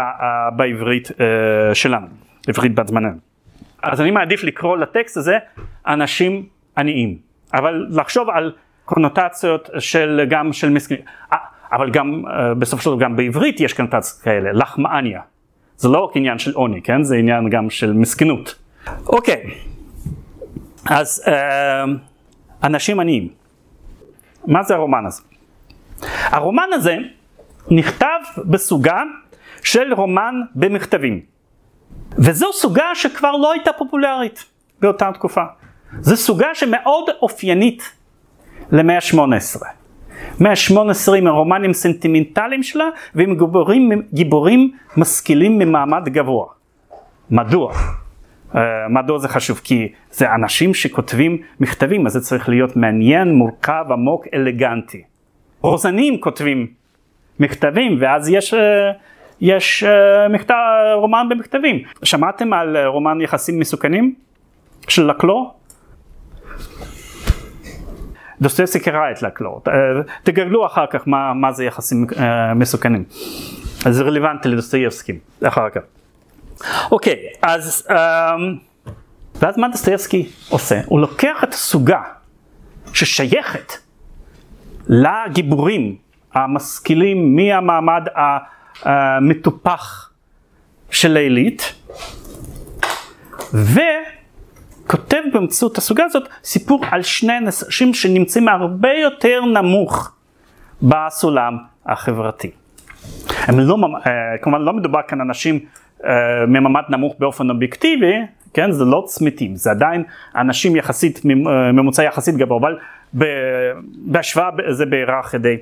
בעברית שלנו, עברית בת זמננו. אז אני מעדיף לקרוא לטקסט הזה אנשים עניים, אבל לחשוב על קונוטציות של, גם של מסכנים, אבל גם בסופו של דבר גם בעברית יש קונוטציות כאלה, לחמאניה, זה לא רק עניין של עוני, כן? זה עניין גם של מסכנות. אוקיי. אז אנשים עניים, מה זה הרומן הזה? הרומן הזה נכתב בסוגה של רומן במכתבים, וזו סוגה שכבר לא הייתה פופולרית באותה תקופה. זו סוגה שמאוד אופיינית למאה ה-שמונה עשרה. מאה ה-שמונה עשרה עם הרומנים סנטימנטליים שלה, ועם גיבורים, גיבורים משכילים ממעמד גבוה. מדוע? Uh, מדוע זה חשוב? כי זה אנשים שכותבים מכתבים, אז זה צריך להיות מעניין, מורכב, עמוק, אלגנטי. רוזנים כותבים מכתבים, ואז יש, uh, יש uh, מכתב, רומן במכתבים. שמעתם על uh, רומן יחסים מסוכנים של לקלור? דוסטויבסקי קרא את לקלור. Uh, תגלו אחר כך מה, מה זה יחסים uh, מסוכנים. אז זה רלוונטי לדוסטויבסקי אחר כך. אוקיי, אז ואז מה דוסטויבסקי עושה? הוא לוקח את הסוגה ששייכת לגיבורים המשכילים מהמעמד המטופח של העילית, כותב באמצעות הסוגה הזאת סיפור על שני אנשים שנמצאים הרבה יותר נמוך בסולם החברתי. הם לא, כלומר לא מדובר כאן אנשים ממעמד נמוך באופן אובייקטיבי, כן, זה לא צמיתים, זה עדיין אנשים יחסית, ממוצע יחסית גבוה, אבל בהשוואה זה בהיררכיה די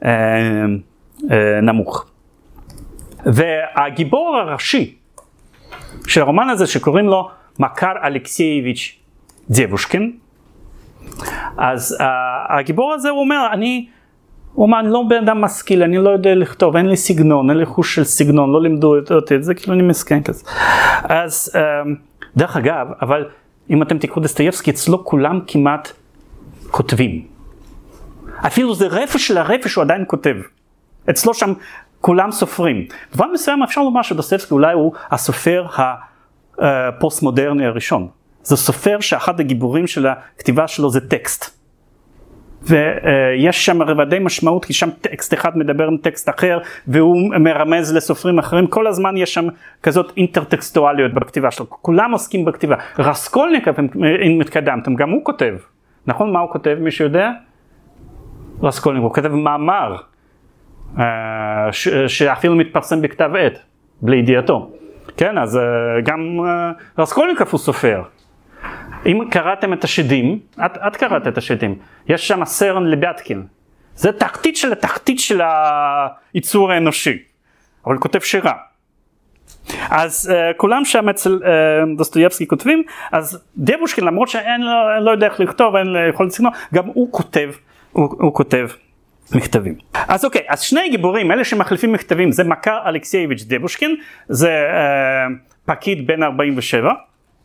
נמוך. והגיבור הראשי של הרומן הזה שקוראים לו מקר אלכסייביץ' דבושקין, אז uh, הגיבור הזה הוא אומר, אני, הוא אומר, אני לא בן אדם משכיל, אני לא יודע לכתוב, אין לי סגנון, אין לי חוש של סגנון, לא לימדו אותי את זה, כאילו אני מסכן כזה. אז uh, דרך אגב, אבל אם אתם תקראו דסטויבסקי, אצלו כולם כמעט כותבים. אפילו זה רפש של הרפש הוא עדיין כותב. אצלו שם כולם סופרים. דבר מסוים אפשר לומר שדוסטויבסקי אולי הוא הסופר הפוסט-מודרני הראשון. זה סופר שאחד הגיבורים של הכתיבה שלו זה טקסט. ויש שם רבדי משמעות, כי שם טקסט אחד מדבר עם טקסט אחר, והוא מרמז לסופרים אחרים. כל הזמן יש שם כזאת אינטרטקסטואליות בכתיבה שלו. כולם עוסקים בכתיבה. רסקולניקוב, אם מתקדמתם, גם הוא כותב. נכון? מה הוא כותב? מי שיודע? רסקולניקוב, הוא כותב מאמר. ש, שאפילו מתפרסם בכתב עת, בלי ידיעתו. כן, אז גם רסקולניקוב הוא סופר. אם קראתם את השדים, את, את קראת את השדים, יש שם סרן לבטקין. זה תחתית של התחתית של הייצור האנושי. אבל כותב שירה. אז uh, כולם שם אצל uh, דוסטויבסקי כותבים, אז דבושקין, למרות שאין לו, לא יודע איך לכתוב, אין לו יכולת סגנון, גם הוא כותב, הוא, הוא כותב. מכתבים. אז אוקיי, אז שני גיבורים, אלה שמחליפים מכתבים, זה מקר אלכסייביץ' דבושקין, זה אה, פקיד בן ארבעים ושבע,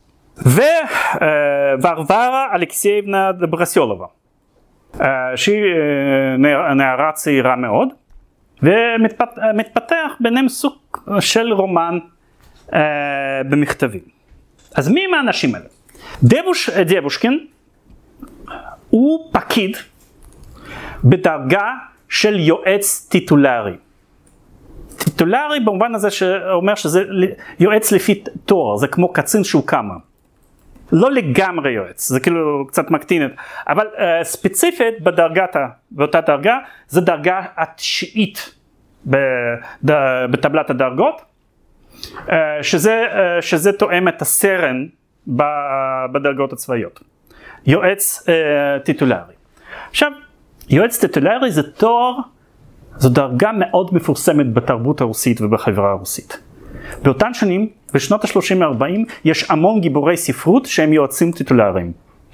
וורברה אלכסייבנה דברסיולובה, אה, שהיא אה, נערה צעירה מאוד, ומתפתח ביניהם סוג של רומן אה, במכתבים. אז מי הם האנשים האלה? דבוש, דבושקין הוא פקיד, בדרגה של יועץ טיטולרי. טיטולרי במובן הזה שאומר שזה יועץ לפי תואר, זה כמו קצין שהוא קמה. לא לגמרי יועץ, זה כאילו קצת מקטין את, אבל uh, ספציפית בדרגת, באותה דרגה, זה דרגה התשיעית בד, בטבלת הדרגות, uh, שזה, uh, שזה תואם את הסרן בדרגות הצבאיות. יועץ uh, טיטולרי. עכשיו, יועץ טיטולרי זה תואר, זו דרגה מאוד מפורסמת בתרבות הרוסית ובחברה הרוסית. באותן שנים, בשנות ה-שלושים ארבעים, יש המון גיבורי ספרות שהם יועצים טיטולריים.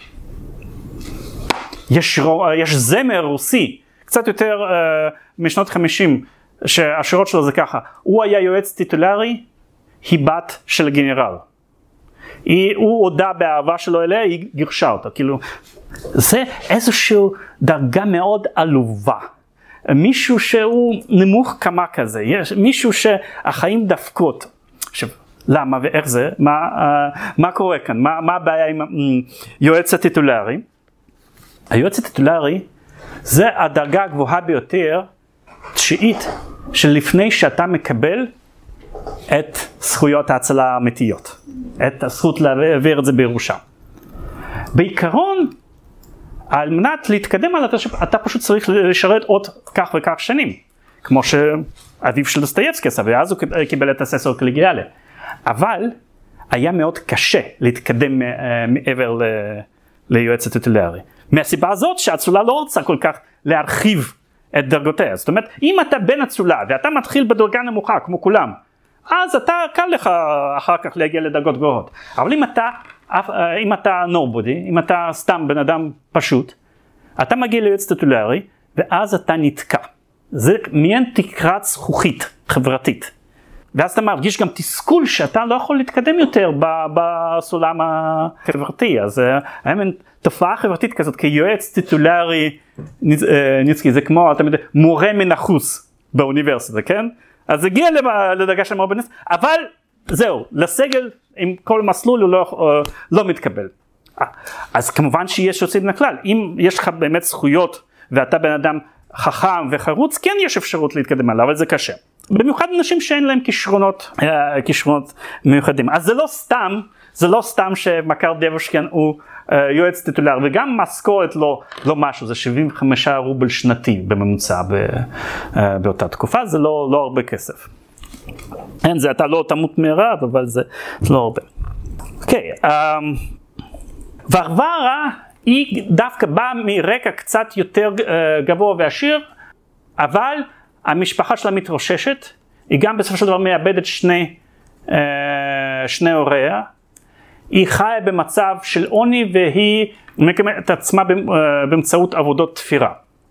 יש, יש זמר רוסי, קצת יותר uh, משנות חמישים, שהשירות שלו זה ככה, הוא היה יועץ טיטולרי, היא בת של גנרל. היא, הוא הודע באהבה שלו אליה, היא גירשה אותה, כאילו, זה איזושהי דרגה מאוד עלובה. מישהו שהוא נמוך כמה כזה, יש מישהו שהחיים דפקות. עכשיו, למה ואיך זה? מה, uh, מה קורה כאן? מה, מה הבעיה עם היועץ הטיטולרי? היועץ הטיטולרי זה הדרגה הגבוהה ביותר, תשיעית, שלפני שאתה מקבל את זכויות ההצלה האמיתיות. את הזכות להעביר את זה בירושה. בעיקרון, על מנת להתקדם על התשב, אתה פשוט צריך לשרת עוד כך וכך שנים. כמו שאביו של דוסטויבסקי עשה, ואז הוא קיבל את הססור קולגיאלי. אבל היה מאוד קשה להתקדם מעבר ליועץ הטיטולרי. מהסיבה הזאת שהאצולה לא רוצה כל כך להרחיב את דרגותיה. זאת אומרת, אם אתה בן אצולה ואתה מתחיל בדרגה נמוכה כמו כולם, אז אתה קל לך אחר כך להגיע לדרגות גבוהות. אבל אם אתה, אם אתה nobody, אם אתה סתם בן אדם פשוט, אתה מגיע ליועץ טיטולרי, ואז אתה נתקע. זה מעין תקרת זכוכית חברתית. ואז אתה מרגיש גם תסכול שאתה לא יכול להתקדם יותר בסולם החברתי. אז היה מין תופעה חברתית כזאת, כיועץ טיטולרי ניצקי, זה כמו, אתה יודע, מורה מנחוס באוניברסיטה, כן? אז הגיע לדרגה של מורה בנס, אבל זהו, לסגל עם כל מסלול הוא לא, לא מתקבל. אז כמובן שיש יוצאים מן הכלל, אם יש לך באמת זכויות ואתה בן אדם חכם וחרוץ, כן יש אפשרות להתקדם עליו, אבל זה קשה. במיוחד אנשים שאין להם כישרונות, כישרונות מיוחדים. אז זה לא סתם, זה לא סתם שמכר דבושקין הוא יועץ טיטולר, וגם משכורת לא, לא משהו, זה שבעים וחמישה רובל שנתי בממוצע באותה תקופה, זה לא, לא הרבה כסף. אין, זה אתה לא תמות מהרעב, אבל זה לא הרבה. אוקיי, ורברה היא דווקא באה מרקע קצת יותר גבוה ועשיר, אבל המשפחה שלה מתרוששת, היא גם בסופו של דבר מאבדת שני, שני הוריה, היא חיה במצב של עוני והיא מקיימת את עצמה באמצעות עבודות תפירה.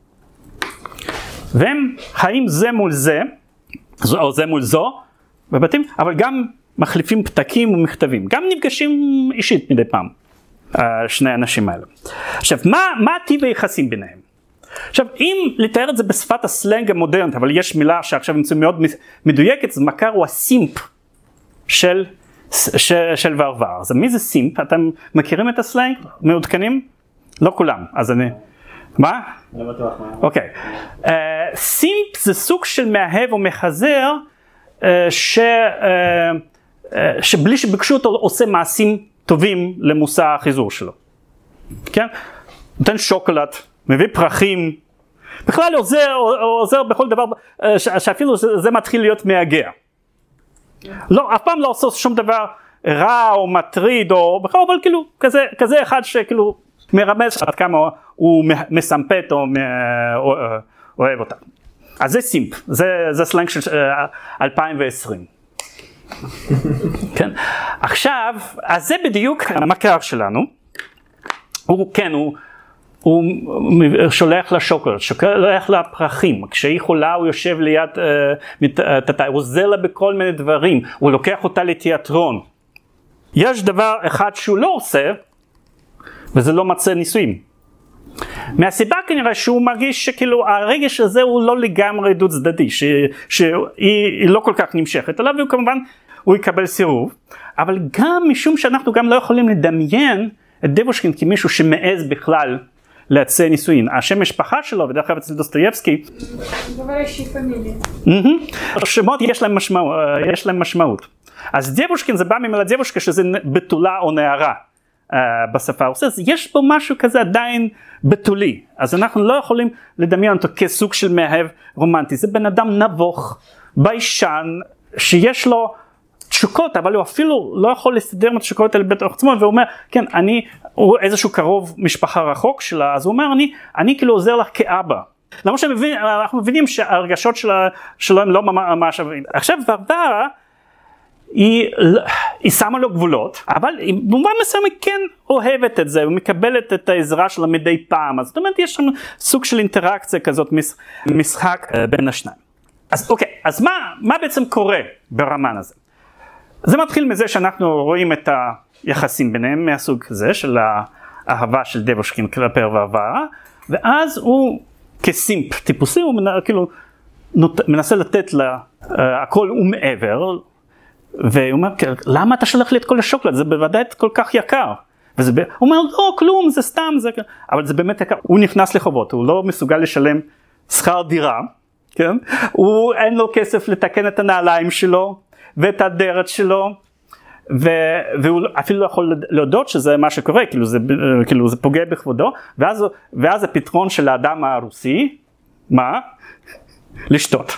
והם חיים זה מול זה, או זה מול זו, בבתים, אבל גם מחליפים פתקים ומכתבים, גם נפגשים אישית מדי פעם, שני האנשים האלה. עכשיו, מה, מה טיב היחסים ביניהם? עכשיו, אם לתאר את זה בשפת הסלנג המודרנית, אבל יש מילה שעכשיו נמצא מאוד מדויקת, זה מכר הוא הסימפ של, של, של ורבר. אז מי זה סימפ? אתם מכירים את הסלנג? מעודכנים? לא כולם, אז אני... מה? לא בטוח מה. אוקיי. Uh, סימפ זה סוג של מאהב או מחזר, uh, ש, uh, uh, שבלי שביקשו אותו עושה מעשים טובים למושא החיזור שלו. כן? נותן שוקולד, מביא פרחים, בכלל עוזר, עוזר בכל דבר, שאפילו זה מתחיל להיות מהגע. לא, אף פעם לא עושה שום דבר רע או מטריד, או בכלל, אבל כאילו, כזה, כזה אחד שכאילו מרמז עד כמה הוא מסמפת או אוהב אותה. אז זה סימפ, זה, זה סלנג של אלפיים ועשרים. כן? עכשיו, אז זה בדיוק המכר שלנו. הוא, כן, הוא, הוא שולח לה שוקולד, שולח לה פרחים, כשהיא חולה הוא יושב ליד תתה, הוא עוזר לה בכל מיני דברים, הוא לוקח אותה לתיאטרון. יש דבר אחד שהוא לא עושה, וזה לא מצא נישואים. מהסיבה כנראה שהוא מרגיש שכאילו הרגש הזה הוא לא לגמרי דו צדדי, ש, שהיא לא כל כך נמשכת עליו, וכמובן הוא יקבל סירוב, אבל גם משום שאנחנו גם לא יכולים לדמיין את דבושקין כמישהו שמעז בכלל להציע נישואין. השם משפחה שלו, ודרך אגב אצל דוסטויבסקי, דבר אישי פמיליה. שמות יש להם משמעות, יש להם משמעות. אז דבושקין זה בא ממילה דבושקה שזה בתולה או נערה uh, בשפה הרוסית, אז יש בו משהו כזה עדיין בתולי, אז אנחנו לא יכולים לדמיין אותו כסוג של מאהב רומנטי. זה בן אדם נבוך, ביישן, שיש לו תשוקות, אבל הוא אפילו לא יכול להסתדר עם התשוקות האלה בתוך עצמו, והוא אומר, כן, אני, הוא איזשהו קרוב משפחה רחוק שלה, אז הוא אומר, אני, אני כאילו עוזר לך כאבא. למרות שאנחנו מבינים שהרגשות שלה, שלו הם לא ממש שווים. עכשיו, ורברה, היא, היא שמה לו גבולות, אבל במובן מסוים היא כן אוהבת את זה, ומקבלת את העזרה שלה מדי פעם, אז זאת אומרת, יש שם סוג של אינטראקציה כזאת, משחק בין השניים. אז אוקיי, אז מה, מה בעצם קורה ברומן הזה? זה מתחיל מזה שאנחנו רואים את היחסים ביניהם מהסוג הזה של האהבה של דבושקין כלפי ורברה, ואז הוא כסימפ טיפוסי, הוא מנ... כאילו מנסה לתת לה uh, הכל ומעבר, והוא אומר, למה אתה שולח לי את כל השוקולד? זה בוודאי כל כך יקר. וזה ב... הוא אומר, לא, כלום, זה סתם, זה... אבל זה באמת יקר. הוא נכנס לחובות, הוא לא מסוגל לשלם שכר דירה, כן? הוא אין לו כסף לתקן את הנעליים שלו, ואת הדרת שלו, ו... והוא אפילו לא יכול להודות שזה מה שקורה, כאילו זה, כאילו זה פוגע בכבודו, ואז, ואז הפתרון של האדם הרוסי, מה? לשתות.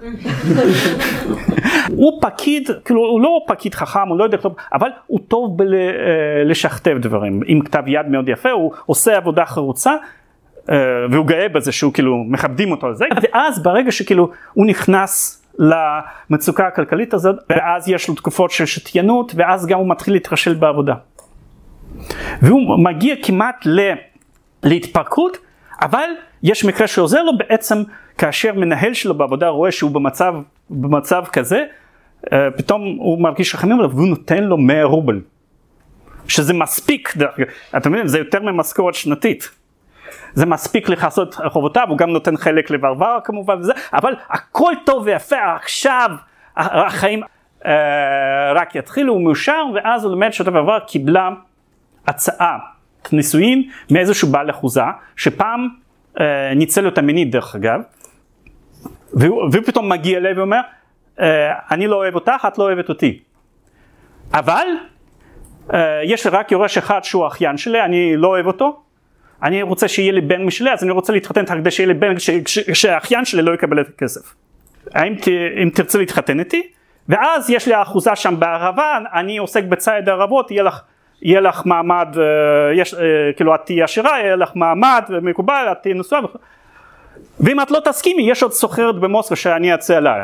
הוא פקיד, כאילו הוא לא פקיד חכם, הוא לא יודע כלום, אבל הוא טוב בלשכתב דברים, עם כתב יד מאוד יפה, הוא עושה עבודה חרוצה, והוא גאה בזה שהוא כאילו מכבדים אותו על זה, ואז ברגע שכאילו הוא נכנס למצוקה הכלכלית הזאת, ואז יש לו תקופות של שתיינות, ואז גם הוא מתחיל להתרשל בעבודה. והוא מגיע כמעט להתפרקות, אבל יש מקרה שעוזר לו בעצם, כאשר מנהל שלו בעבודה רואה שהוא במצב, במצב כזה, פתאום הוא מרגיש רחמים עליו, והוא נותן לו מאה רובל. שזה מספיק, אתם מבינים, זה יותר ממשכורת שנתית. זה מספיק לכסות חובותיו, הוא גם נותן חלק לברבר כמובן וזה, אבל הכל טוב ויפה, עכשיו החיים אה, רק יתחילו, הוא מאושר, ואז הוא לומד שאותה ברבר קיבלה הצעה, נישואין, מאיזשהו בעל אחוזה, שפעם אה, ניצל אותה מינית דרך אגב, והוא, והוא פתאום מגיע אליי ואומר, אני לא אוהב אותך, את לא אוהבת אותי. אבל יש לי רק יורש אחד שהוא אחיין שלי, אני לא אוהב אותו. אני רוצה שיהיה לי בן משלי, אז אני רוצה להתחתן כדי שיהיה לי בן שהאחיין שלי לא יקבל את הכסף. האם אם תרצה להתחתן איתי? ואז יש לי האחוזה שם בערבה, אני עוסק בצייד הערבות, יהיה לך, יהיה לך מעמד, יש, כאילו את תהיה עשירה, יהיה לך מעמד מקובל, את תהיה נשואה. ואם את לא תסכימי, יש עוד סוחרת במוסקבה שאני אצא עליה.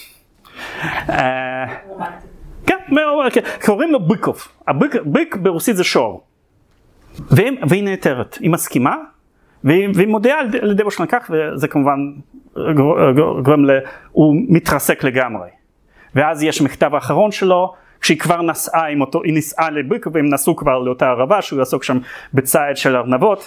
כן, קוראים לו ביקוב. ביק ברוסית זה שור. והיא נהתרת, היא מסכימה, והיא מודיעה לדבושקין כך, וזה כמובן גורם ל... הוא מתרסק לגמרי. ואז יש מכתב האחרון שלו, כשהיא כבר נסעה עם אותו, היא נישאה לביק, והם נסעו כבר לאותה ערבה, שהוא יעסוק שם בצייד של ארנבות,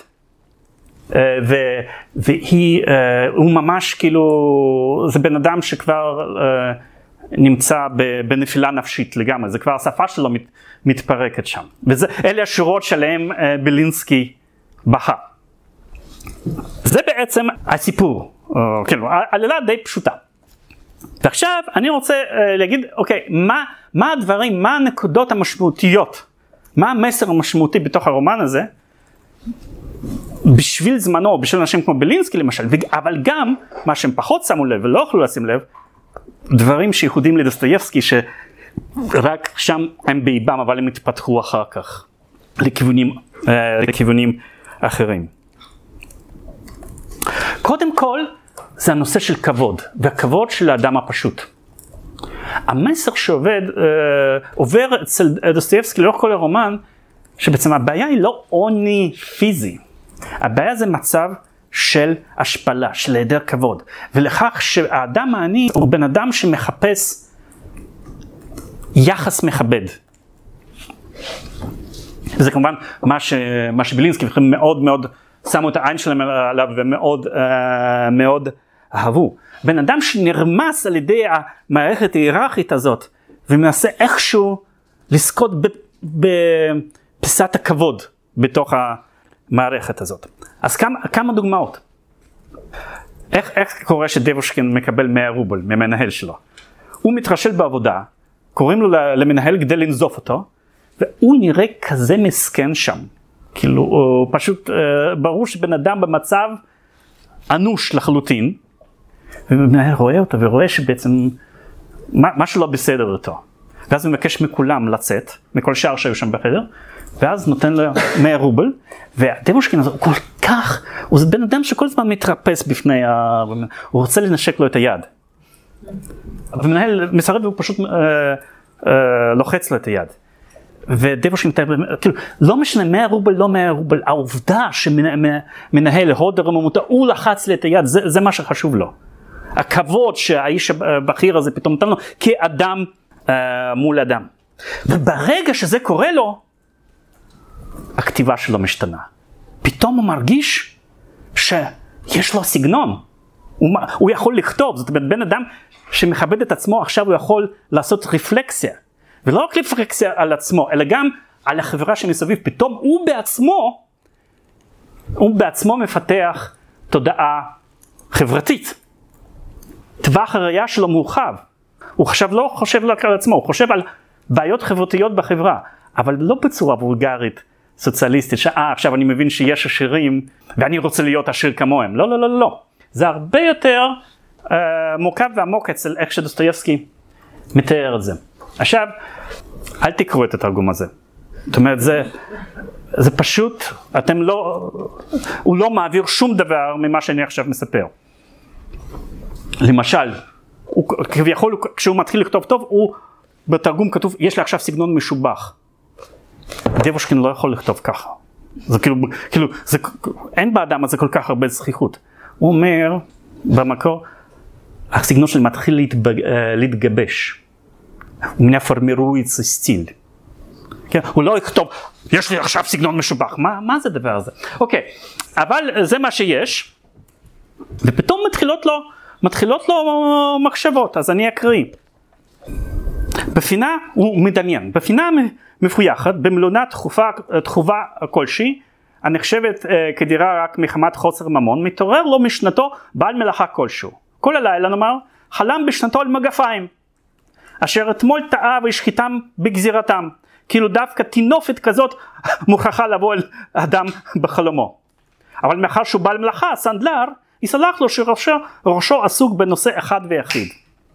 והיא, הוא ממש כאילו, זה בן אדם שכבר נמצא בנפילה נפשית לגמרי, זה כבר השפה שלו מת, מתפרקת שם. ואלה השורות שלהם בלינסקי בכה. זה בעצם הסיפור, כאילו, עלילה די פשוטה. ועכשיו אני רוצה להגיד, אוקיי, מה, מה הדברים, מה הנקודות המשמעותיות, מה המסר המשמעותי בתוך הרומן הזה, בשביל זמנו, בשביל אנשים כמו בלינסקי למשל, אבל גם מה שהם פחות שמו לב ולא יכלו לשים לב, דברים שייחודים לדוסטויבסקי שרק שם הם באיבם, אבל הם התפתחו אחר כך לכיוונים, לכיוונים אחרים. קודם כל זה הנושא של כבוד, והכבוד של האדם הפשוט. המסר שעובד, עובר אצל דוסטויבסקי לאורך כל הרומן, שבעצם הבעיה היא לא עוני פיזי, הבעיה זה מצב של השפלה, של היעדר כבוד, ולכך שהאדם העני הוא בן אדם שמחפש יחס מכבד. זה כמובן מה, ש... מה שבלינסקי מאוד מאוד שמו את העין שלהם עליו ומאוד uh, מאוד אהבו. בן אדם שנרמס על ידי המערכת ההיררכית הזאת, ומנסה איכשהו לזכות בפיסת הכבוד בתוך המערכת הזאת. אז כמה, כמה דוגמאות. איך, איך קורה שדבושקין מקבל מאה רובל ממנהל שלו? הוא מתרשל בעבודה, קוראים לו למנהל כדי לנזוף אותו, והוא נראה כזה מסכן שם. כאילו, הוא פשוט, ברור שבן אדם במצב אנוש לחלוטין, ומנהל רואה אותו ורואה שבעצם משהו לא בסדר אותו. ואז הוא מבקש מכולם לצאת, מכל שאר שהיו שם בחדר, ואז נותן לו מאה רובל, והדבושקין הזה הוא כל כך, הוא זה בן אדם שכל הזמן מתרפס בפני, ה... הוא רוצה לנשק לו את היד. המנהל מסרב והוא פשוט אה, אה, לוחץ לו את היד. ודבושקין, כאילו, לא משנה מאה רובל, לא מאה רובל, העובדה שמנהל הוד הרוממות, הוא לחץ לי את היד, זה, זה מה שחשוב לו. הכבוד שהאיש הבכיר הזה פתאום נתן לו, כאדם אה, מול אדם. וברגע שזה קורה לו, הכתיבה שלו משתנה. פתאום הוא מרגיש שיש לו סגנון. הוא, הוא יכול לכתוב, זאת אומרת, בן אדם שמכבד את עצמו, עכשיו הוא יכול לעשות רפלקסיה. ולא רק רפלקסיה על עצמו, אלא גם על החברה שמסביב. פתאום הוא בעצמו, הוא בעצמו מפתח תודעה חברתית. טווח הראייה שלו מורחב. הוא עכשיו לא חושב על עצמו, הוא חושב על בעיות חברתיות בחברה, אבל לא בצורה וולגרית. סוציאליסטית, שאה, עכשיו אני מבין שיש עשירים, ואני רוצה להיות עשיר כמוהם. לא, לא, לא, לא. זה הרבה יותר אה, מורכב ועמוק אצל איך שדוסטויבסקי מתאר את זה. עכשיו, אל תקראו את התרגום הזה. זאת אומרת, זה, זה פשוט, אתם לא, הוא לא מעביר שום דבר ממה שאני עכשיו מספר. למשל, הוא, כביכול, כשהוא מתחיל לכתוב טוב, הוא בתרגום כתוב, יש לי עכשיו סגנון משובח. דבושקין לא יכול לכתוב ככה. זה כאילו, כאילו, זה, אין באדם הזה כל כך הרבה זכיחות. הוא אומר, במקור, הסגנון שלי מתחיל להתבג, להתגבש. הוא מנה פורמירואיץ סטיל. כן? הוא לא יכתוב, יש לי עכשיו סגנון משובח. מה, מה זה דבר הזה? אוקיי, אבל זה מה שיש. ופתאום מתחילות לו, מתחילות לו מחשבות, אז אני אקריא. בפינה הוא מדמיין, בפינה מפויחת, במלונה תחובה, תחובה כלשהי, הנחשבת אה, כדירה רק מחמת חוסר ממון, מתעורר לו משנתו בעל מלאכה כלשהו. כל הלילה נאמר, חלם בשנתו על מגפיים. אשר אתמול טעה והשחיתם בגזירתם. כאילו דווקא תינופת כזאת מוכרחה לבוא אל אדם בחלומו. אבל מאחר שהוא בעל מלאכה, הסנדלר, יסלח לו שראשו ראשו עסוק בנושא אחד ויחיד.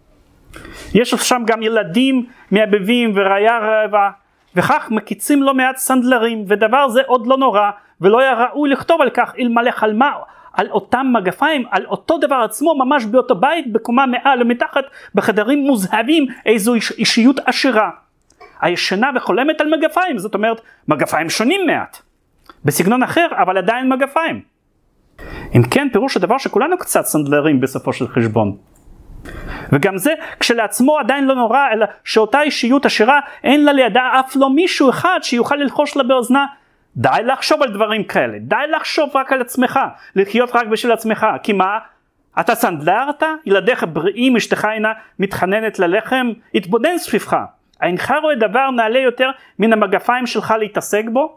יש שם גם ילדים מעבבים וראיה רעבה, וכך מקיצים לא מעט סנדלרים, ודבר זה עוד לא נורא, ולא היה ראוי לכתוב על כך אלמלא חלמה על אותם מגפיים, על אותו דבר עצמו, ממש באותו בית, בקומה מעל ומתחת, בחדרים מוזהבים, איזו איש, אישיות עשירה. הישנה וחולמת על מגפיים, זאת אומרת, מגפיים שונים מעט. בסגנון אחר, אבל עדיין מגפיים. אם כן, פירוש הדבר שכולנו קצת סנדלרים בסופו של חשבון. וגם זה כשלעצמו עדיין לא נורא, אלא שאותה אישיות עשירה אין לה לידה אף לא מישהו אחד שיוכל ללחוש לה באוזנה. די לחשוב על דברים כאלה, די לחשוב רק על עצמך, לחיות רק בשביל עצמך. כי מה? אתה סנדלר אתה? ילדיך בריאים, אשתך אינה מתחננת ללחם? התבונן סביבך. אינך רואה דבר נעלה יותר מן המגפיים שלך להתעסק בו?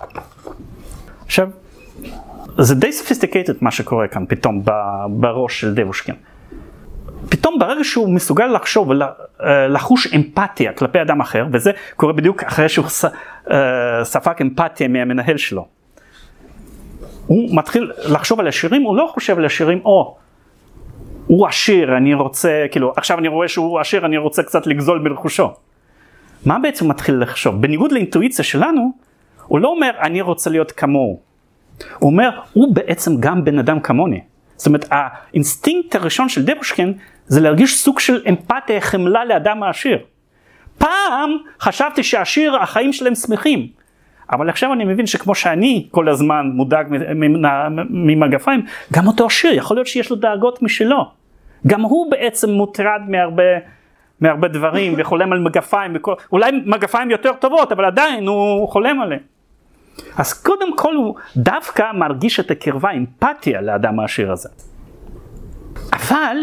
עכשיו, זה די סופיסטיקטד מה שקורה כאן פתאום בראש של דבושקין. פתאום ברגע שהוא מסוגל לחשוב ולחוש אמפתיה כלפי אדם אחר, וזה קורה בדיוק אחרי שהוא ספק אמפתיה מהמנהל שלו. הוא מתחיל לחשוב על השירים, הוא לא חושב על השירים, או, הוא עשיר, אני רוצה, כאילו, עכשיו אני רואה שהוא עשיר, אני רוצה קצת לגזול ברכושו. מה בעצם הוא מתחיל לחשוב? בניגוד לאינטואיציה שלנו, הוא לא אומר, אני רוצה להיות כמוהו. הוא אומר, הוא בעצם גם בן אדם כמוני. זאת אומרת, האינסטינקט הראשון של דבושקין, זה להרגיש סוג של אמפתיה, חמלה לאדם העשיר. פעם חשבתי שהעשיר, החיים שלהם שמחים. אבל עכשיו אני מבין שכמו שאני כל הזמן מודאג ממגפיים, גם אותו עשיר, יכול להיות שיש לו דאגות משלו. גם הוא בעצם מוטרד מהרבה, מהרבה דברים, וחולם על מגפיים, וכל, אולי מגפיים יותר טובות, אבל עדיין הוא חולם עליהם. אז קודם כל הוא דווקא מרגיש את הקרבה, אמפתיה לאדם העשיר הזה. אבל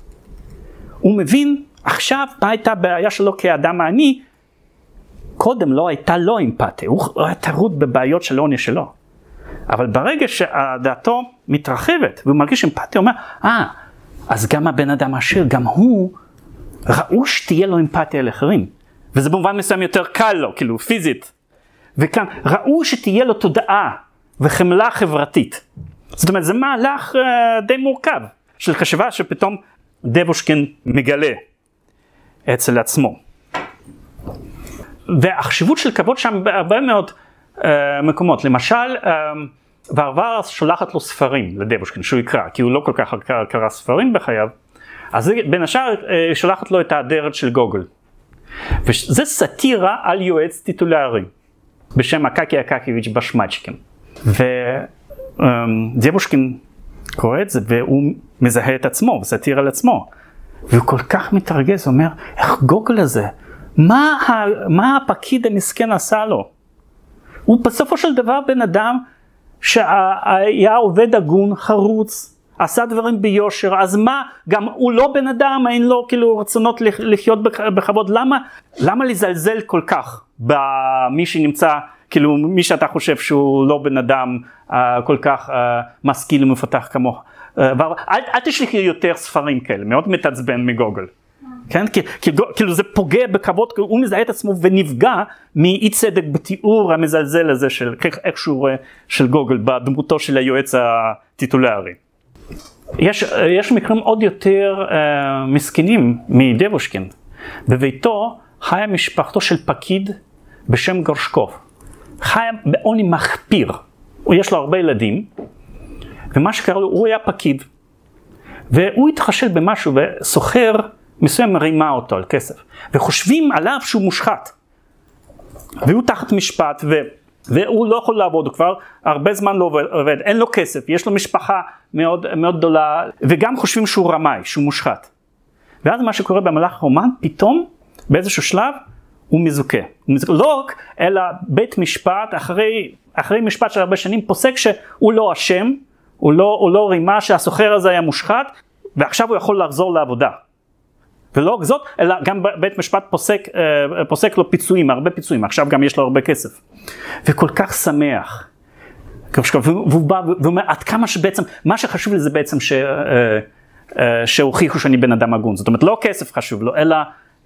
הוא מבין, עכשיו מה הייתה הבעיה שלו כאדם העני, קודם לא הייתה לו אמפתיה, הוא היה טרוד בבעיות של עוני שלו. אבל ברגע שדעתו מתרחבת והוא מרגיש אמפתיה, הוא אומר, אה, אז גם הבן אדם העשיר, גם הוא ראוי שתהיה לו אמפתיה לאחרים. וזה במובן מסוים יותר קל לו, כאילו פיזית. וכאן ראוי שתהיה לו תודעה וחמלה חברתית. זאת אומרת, זה מהלך uh, די מורכב של חשיבה שפתאום דבושקין מגלה אצל עצמו. והחשיבות של כבוד שם בהרבה מאוד uh, מקומות. למשל, uh, וערבר שולחת לו ספרים לדבושקין שהוא יקרא, כי הוא לא כל כך קרא ספרים בחייו. אז בין השאר uh, שולחת לו את האדרת של גוגל. וזה סאטירה על יועץ טיטולרי. בשם אקקי אקקיביץ' בשמצ'קים. ודבושקין קורא את זה והוא מזהה את עצמו, וסתיר על עצמו. והוא כל כך מתרגז, הוא אומר, איך גוגל הזה? מה, מה הפקיד המסכן עשה לו? הוא בסופו של דבר בן אדם שהיה עובד הגון, חרוץ, עשה דברים ביושר, אז מה, גם הוא לא בן אדם, אין לו כאילו רצונות לחיות בכבוד, למה, למה לזלזל כל כך במי שנמצא, כאילו מי שאתה חושב שהוא לא בן אדם uh, כל כך uh, משכיל ומפתח כמוך, uh, אל, אל תשלחי יותר ספרים כאלה, מאוד מתעצבן מגוגל, כן? כי, כי, כאילו זה פוגע בכבוד, הוא מזהה את עצמו ונפגע מאי צדק בתיאור המזלזל הזה של איך שהוא רואה של גוגל בדמותו של היועץ הטיטולרי. יש, יש מקרים עוד יותר uh, מסכנים מדבושקין. בביתו חיה משפחתו של פקיד בשם גרשקוב. חיה בעוני מחפיר. יש לו הרבה ילדים, ומה שקרה לו, הוא היה פקיד. והוא התחשל במשהו, וסוחר מסוים רימה אותו על כסף. וחושבים עליו שהוא מושחת. והוא תחת משפט, ו... והוא לא יכול לעבוד, הוא כבר הרבה זמן לא עובד, אין לו כסף, יש לו משפחה מאוד, מאוד גדולה, וגם חושבים שהוא רמאי, שהוא מושחת. ואז מה שקורה במהלך הרומן, פתאום, באיזשהו שלב, הוא מזוכה. הוא מזוכה. לא רק, אלא בית משפט, אחרי, אחרי משפט של הרבה שנים, פוסק שהוא לא אשם, הוא לא, הוא לא רימה שהסוחר הזה היה מושחת, ועכשיו הוא יכול לחזור לעבודה. ולא רק זאת, אלא גם בית משפט פוסק, פוסק לו פיצויים, הרבה פיצויים, עכשיו גם יש לו הרבה כסף. וכל כך שמח. והוא בא ואומר, עד כמה שבעצם, מה שחשוב לי זה בעצם ש, שהוכיחו שאני בן אדם הגון. זאת אומרת, לא כסף חשוב לו, אלא,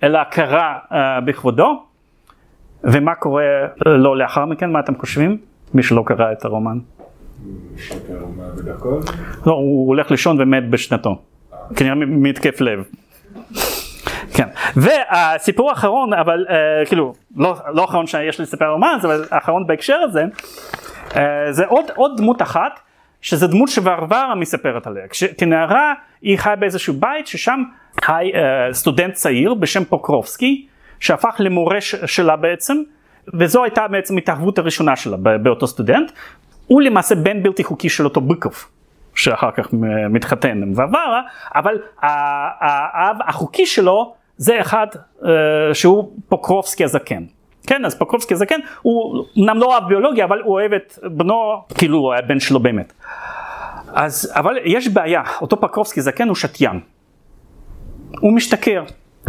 אלא הכרה uh, בכבודו. ומה קורה לו לאחר מכן? מה אתם חושבים? מי שלא קרא את הרומן. שקר בדקות? לא, הוא הולך לישון ומת בשנתו. כנראה מתקף לב. כן. והסיפור האחרון, אבל uh, כאילו, לא, לא האחרון שיש לי לספר רומן, אבל האחרון בהקשר הזה, uh, זה עוד, עוד דמות אחת, שזה דמות שוורברה מספרת עליה. כנערה היא חיה באיזשהו בית, ששם חי uh, סטודנט צעיר בשם פוקרובסקי, שהפך למורה שלה בעצם, וזו הייתה בעצם התאהבות הראשונה שלה באותו סטודנט. הוא למעשה בן בלתי חוקי של אותו ביקוב, שאחר כך מתחתן עם ורברה, אבל האב החוקי שלו זה אחד שהוא פוקרובסקי הזקן. כן, אז פוקרובסקי הזקן הוא אמנם לא אוהב ביולוגיה, אבל הוא אוהב את בנו כאילו הוא היה בן שלו באמת. אז, אבל יש בעיה, אותו פוקרובסקי הזקן הוא שתיין. הוא משתכר.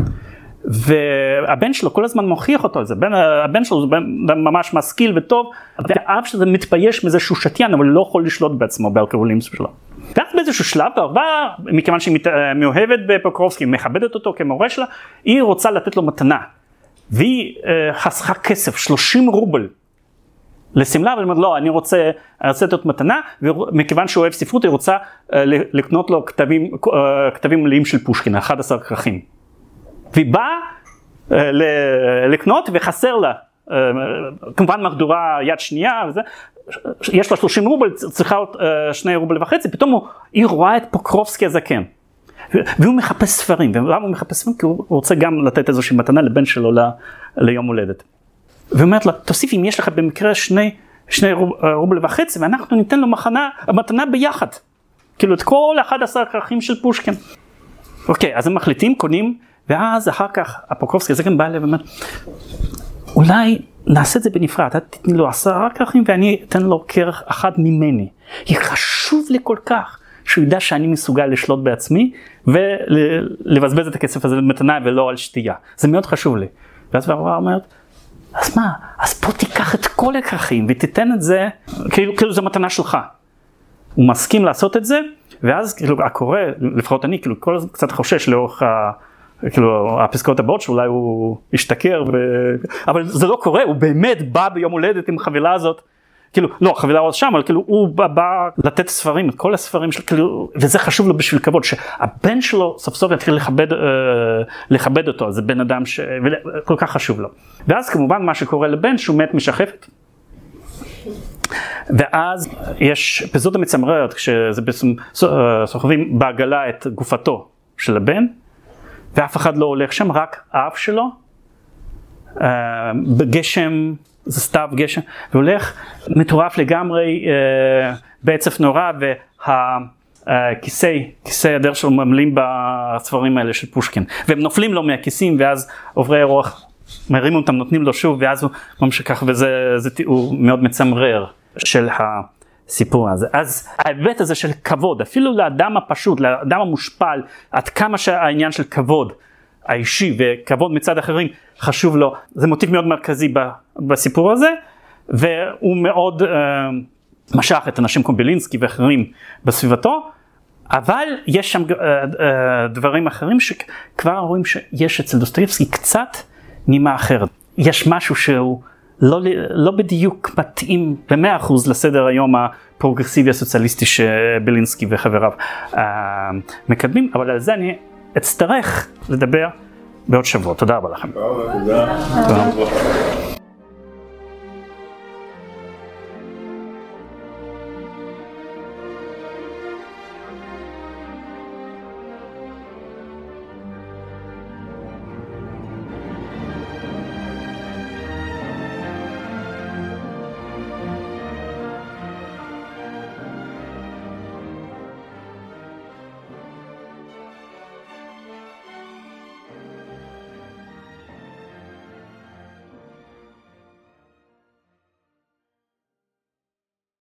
והבן שלו כל הזמן מוכיח אותו, זה בן, הבן שלו זה בן ממש משכיל וטוב, והאב שזה מתבייש מזה שהוא שתיין, אבל לא יכול לשלוט בעצמו באלכוהולים שלו. ואז באיזשהו שלב, הרבה, מכיוון שהיא מאוהבת בפוקרובסקי, מכבדת אותו כמורה שלה, היא רוצה לתת לו מתנה, והיא uh, חסכה כסף, שלושים רובל, לסמלה, אבל היא אומרת, לא, אני רוצה לתת לו מתנה, ומכיוון שהוא אוהב ספרות, היא רוצה uh, לקנות לו כתבים, uh, כתבים מלאים של פושקין, אחד עשר כרכים. והיא באה uh, לקנות וחסר לה, uh, כמובן מהדורה יד שנייה, וזה, יש לה שלושים רובל, צריכה עוד uh, שני רובל וחצי, פתאום הוא, היא רואה את פוקרובסקי הזקן. והוא מחפש ספרים, ולמה הוא מחפש ספרים? כי הוא רוצה גם לתת איזושהי מתנה לבן שלו ל, ליום הולדת. ואומרת לה, תוסיף אם יש לך במקרה שני, שני רובל וחצי, ואנחנו ניתן לו מחנה, מתנה ביחד. כאילו את כל אחד עשר כרכים של פושקין. אוקיי, אז הם מחליטים, קונים, ואז אחר כך הפוקרובסקי הזקן בא אליו ואומר, אולי נעשה את זה בנפרד, אתה תתני לו עשרה כרכים ואני אתן לו כרך אחד ממני. היא חשוב לי כל כך. שהוא ידע שאני מסוגל לשלוט בעצמי, ולבזבז את הכסף הזה למתנה ולא על שתייה. זה מאוד חשוב לי. ואז ורברה אומרת, אז מה? אז פה תיקח את כל הכרכים ותיתן את זה, כאילו, כאילו זה מתנה שלך. הוא מסכים לעשות את זה, ואז כאילו הקורא, לפחות אני, כאילו כל הזמן קצת חושש לאורך ה... כאילו הפסקאות הבאות שאולי הוא ישתכר, ו... אבל זה לא קורה, הוא באמת בא ביום הולדת עם החבילה הזאת, כאילו, לא, החבילה עוד שם, אבל כאילו הוא בא, בא לתת ספרים, את כל הספרים שלו, כאילו, וזה חשוב לו בשביל כבוד, שהבן שלו סוף סוף יתחיל לכבד, אה, לכבד אותו, זה בן אדם שכל כך חשוב לו. ואז כמובן מה שקורה לבן, שהוא מת משחפת. ואז יש אפיזודה מצמררת, כשזה בעצם סוחבים בעגלה את גופתו של הבן, ואף אחד לא הולך שם, רק האב שלו, אה, בגשם, זה סתיו גשם, והולך מטורף לגמרי אה, בעצף נורא, והכיסי, כיסי הדר שלו ממלאים בספרים האלה של פושקין, והם נופלים לו מהכיסים, ואז עוברי הרוח מרימים אותם, נותנים לו שוב, ואז הוא ממשיך כך, וזה זה תיאור מאוד מצמרר של הסיפור הזה. אז ההיבט הזה של כבוד, אפילו לאדם הפשוט, לאדם המושפל, עד כמה שהעניין של כבוד, האישי וכבוד מצד אחרים חשוב לו, זה מוטיב מאוד מרכזי בסיפור הזה, והוא מאוד uh, משך את אנשים כמו בילינסקי ואחרים בסביבתו, אבל יש שם uh, uh, דברים אחרים שכבר רואים שיש אצל דוסטויבסקי קצת נימה אחרת. יש משהו שהוא לא, לא בדיוק מתאים במאה אחוז לסדר היום הפרוגרסיבי הסוציאליסטי שבילינסקי וחבריו uh, מקדמים, אבל על זה אני אצטרך לדבר בעוד שבוע. תודה רבה לכם. תודה.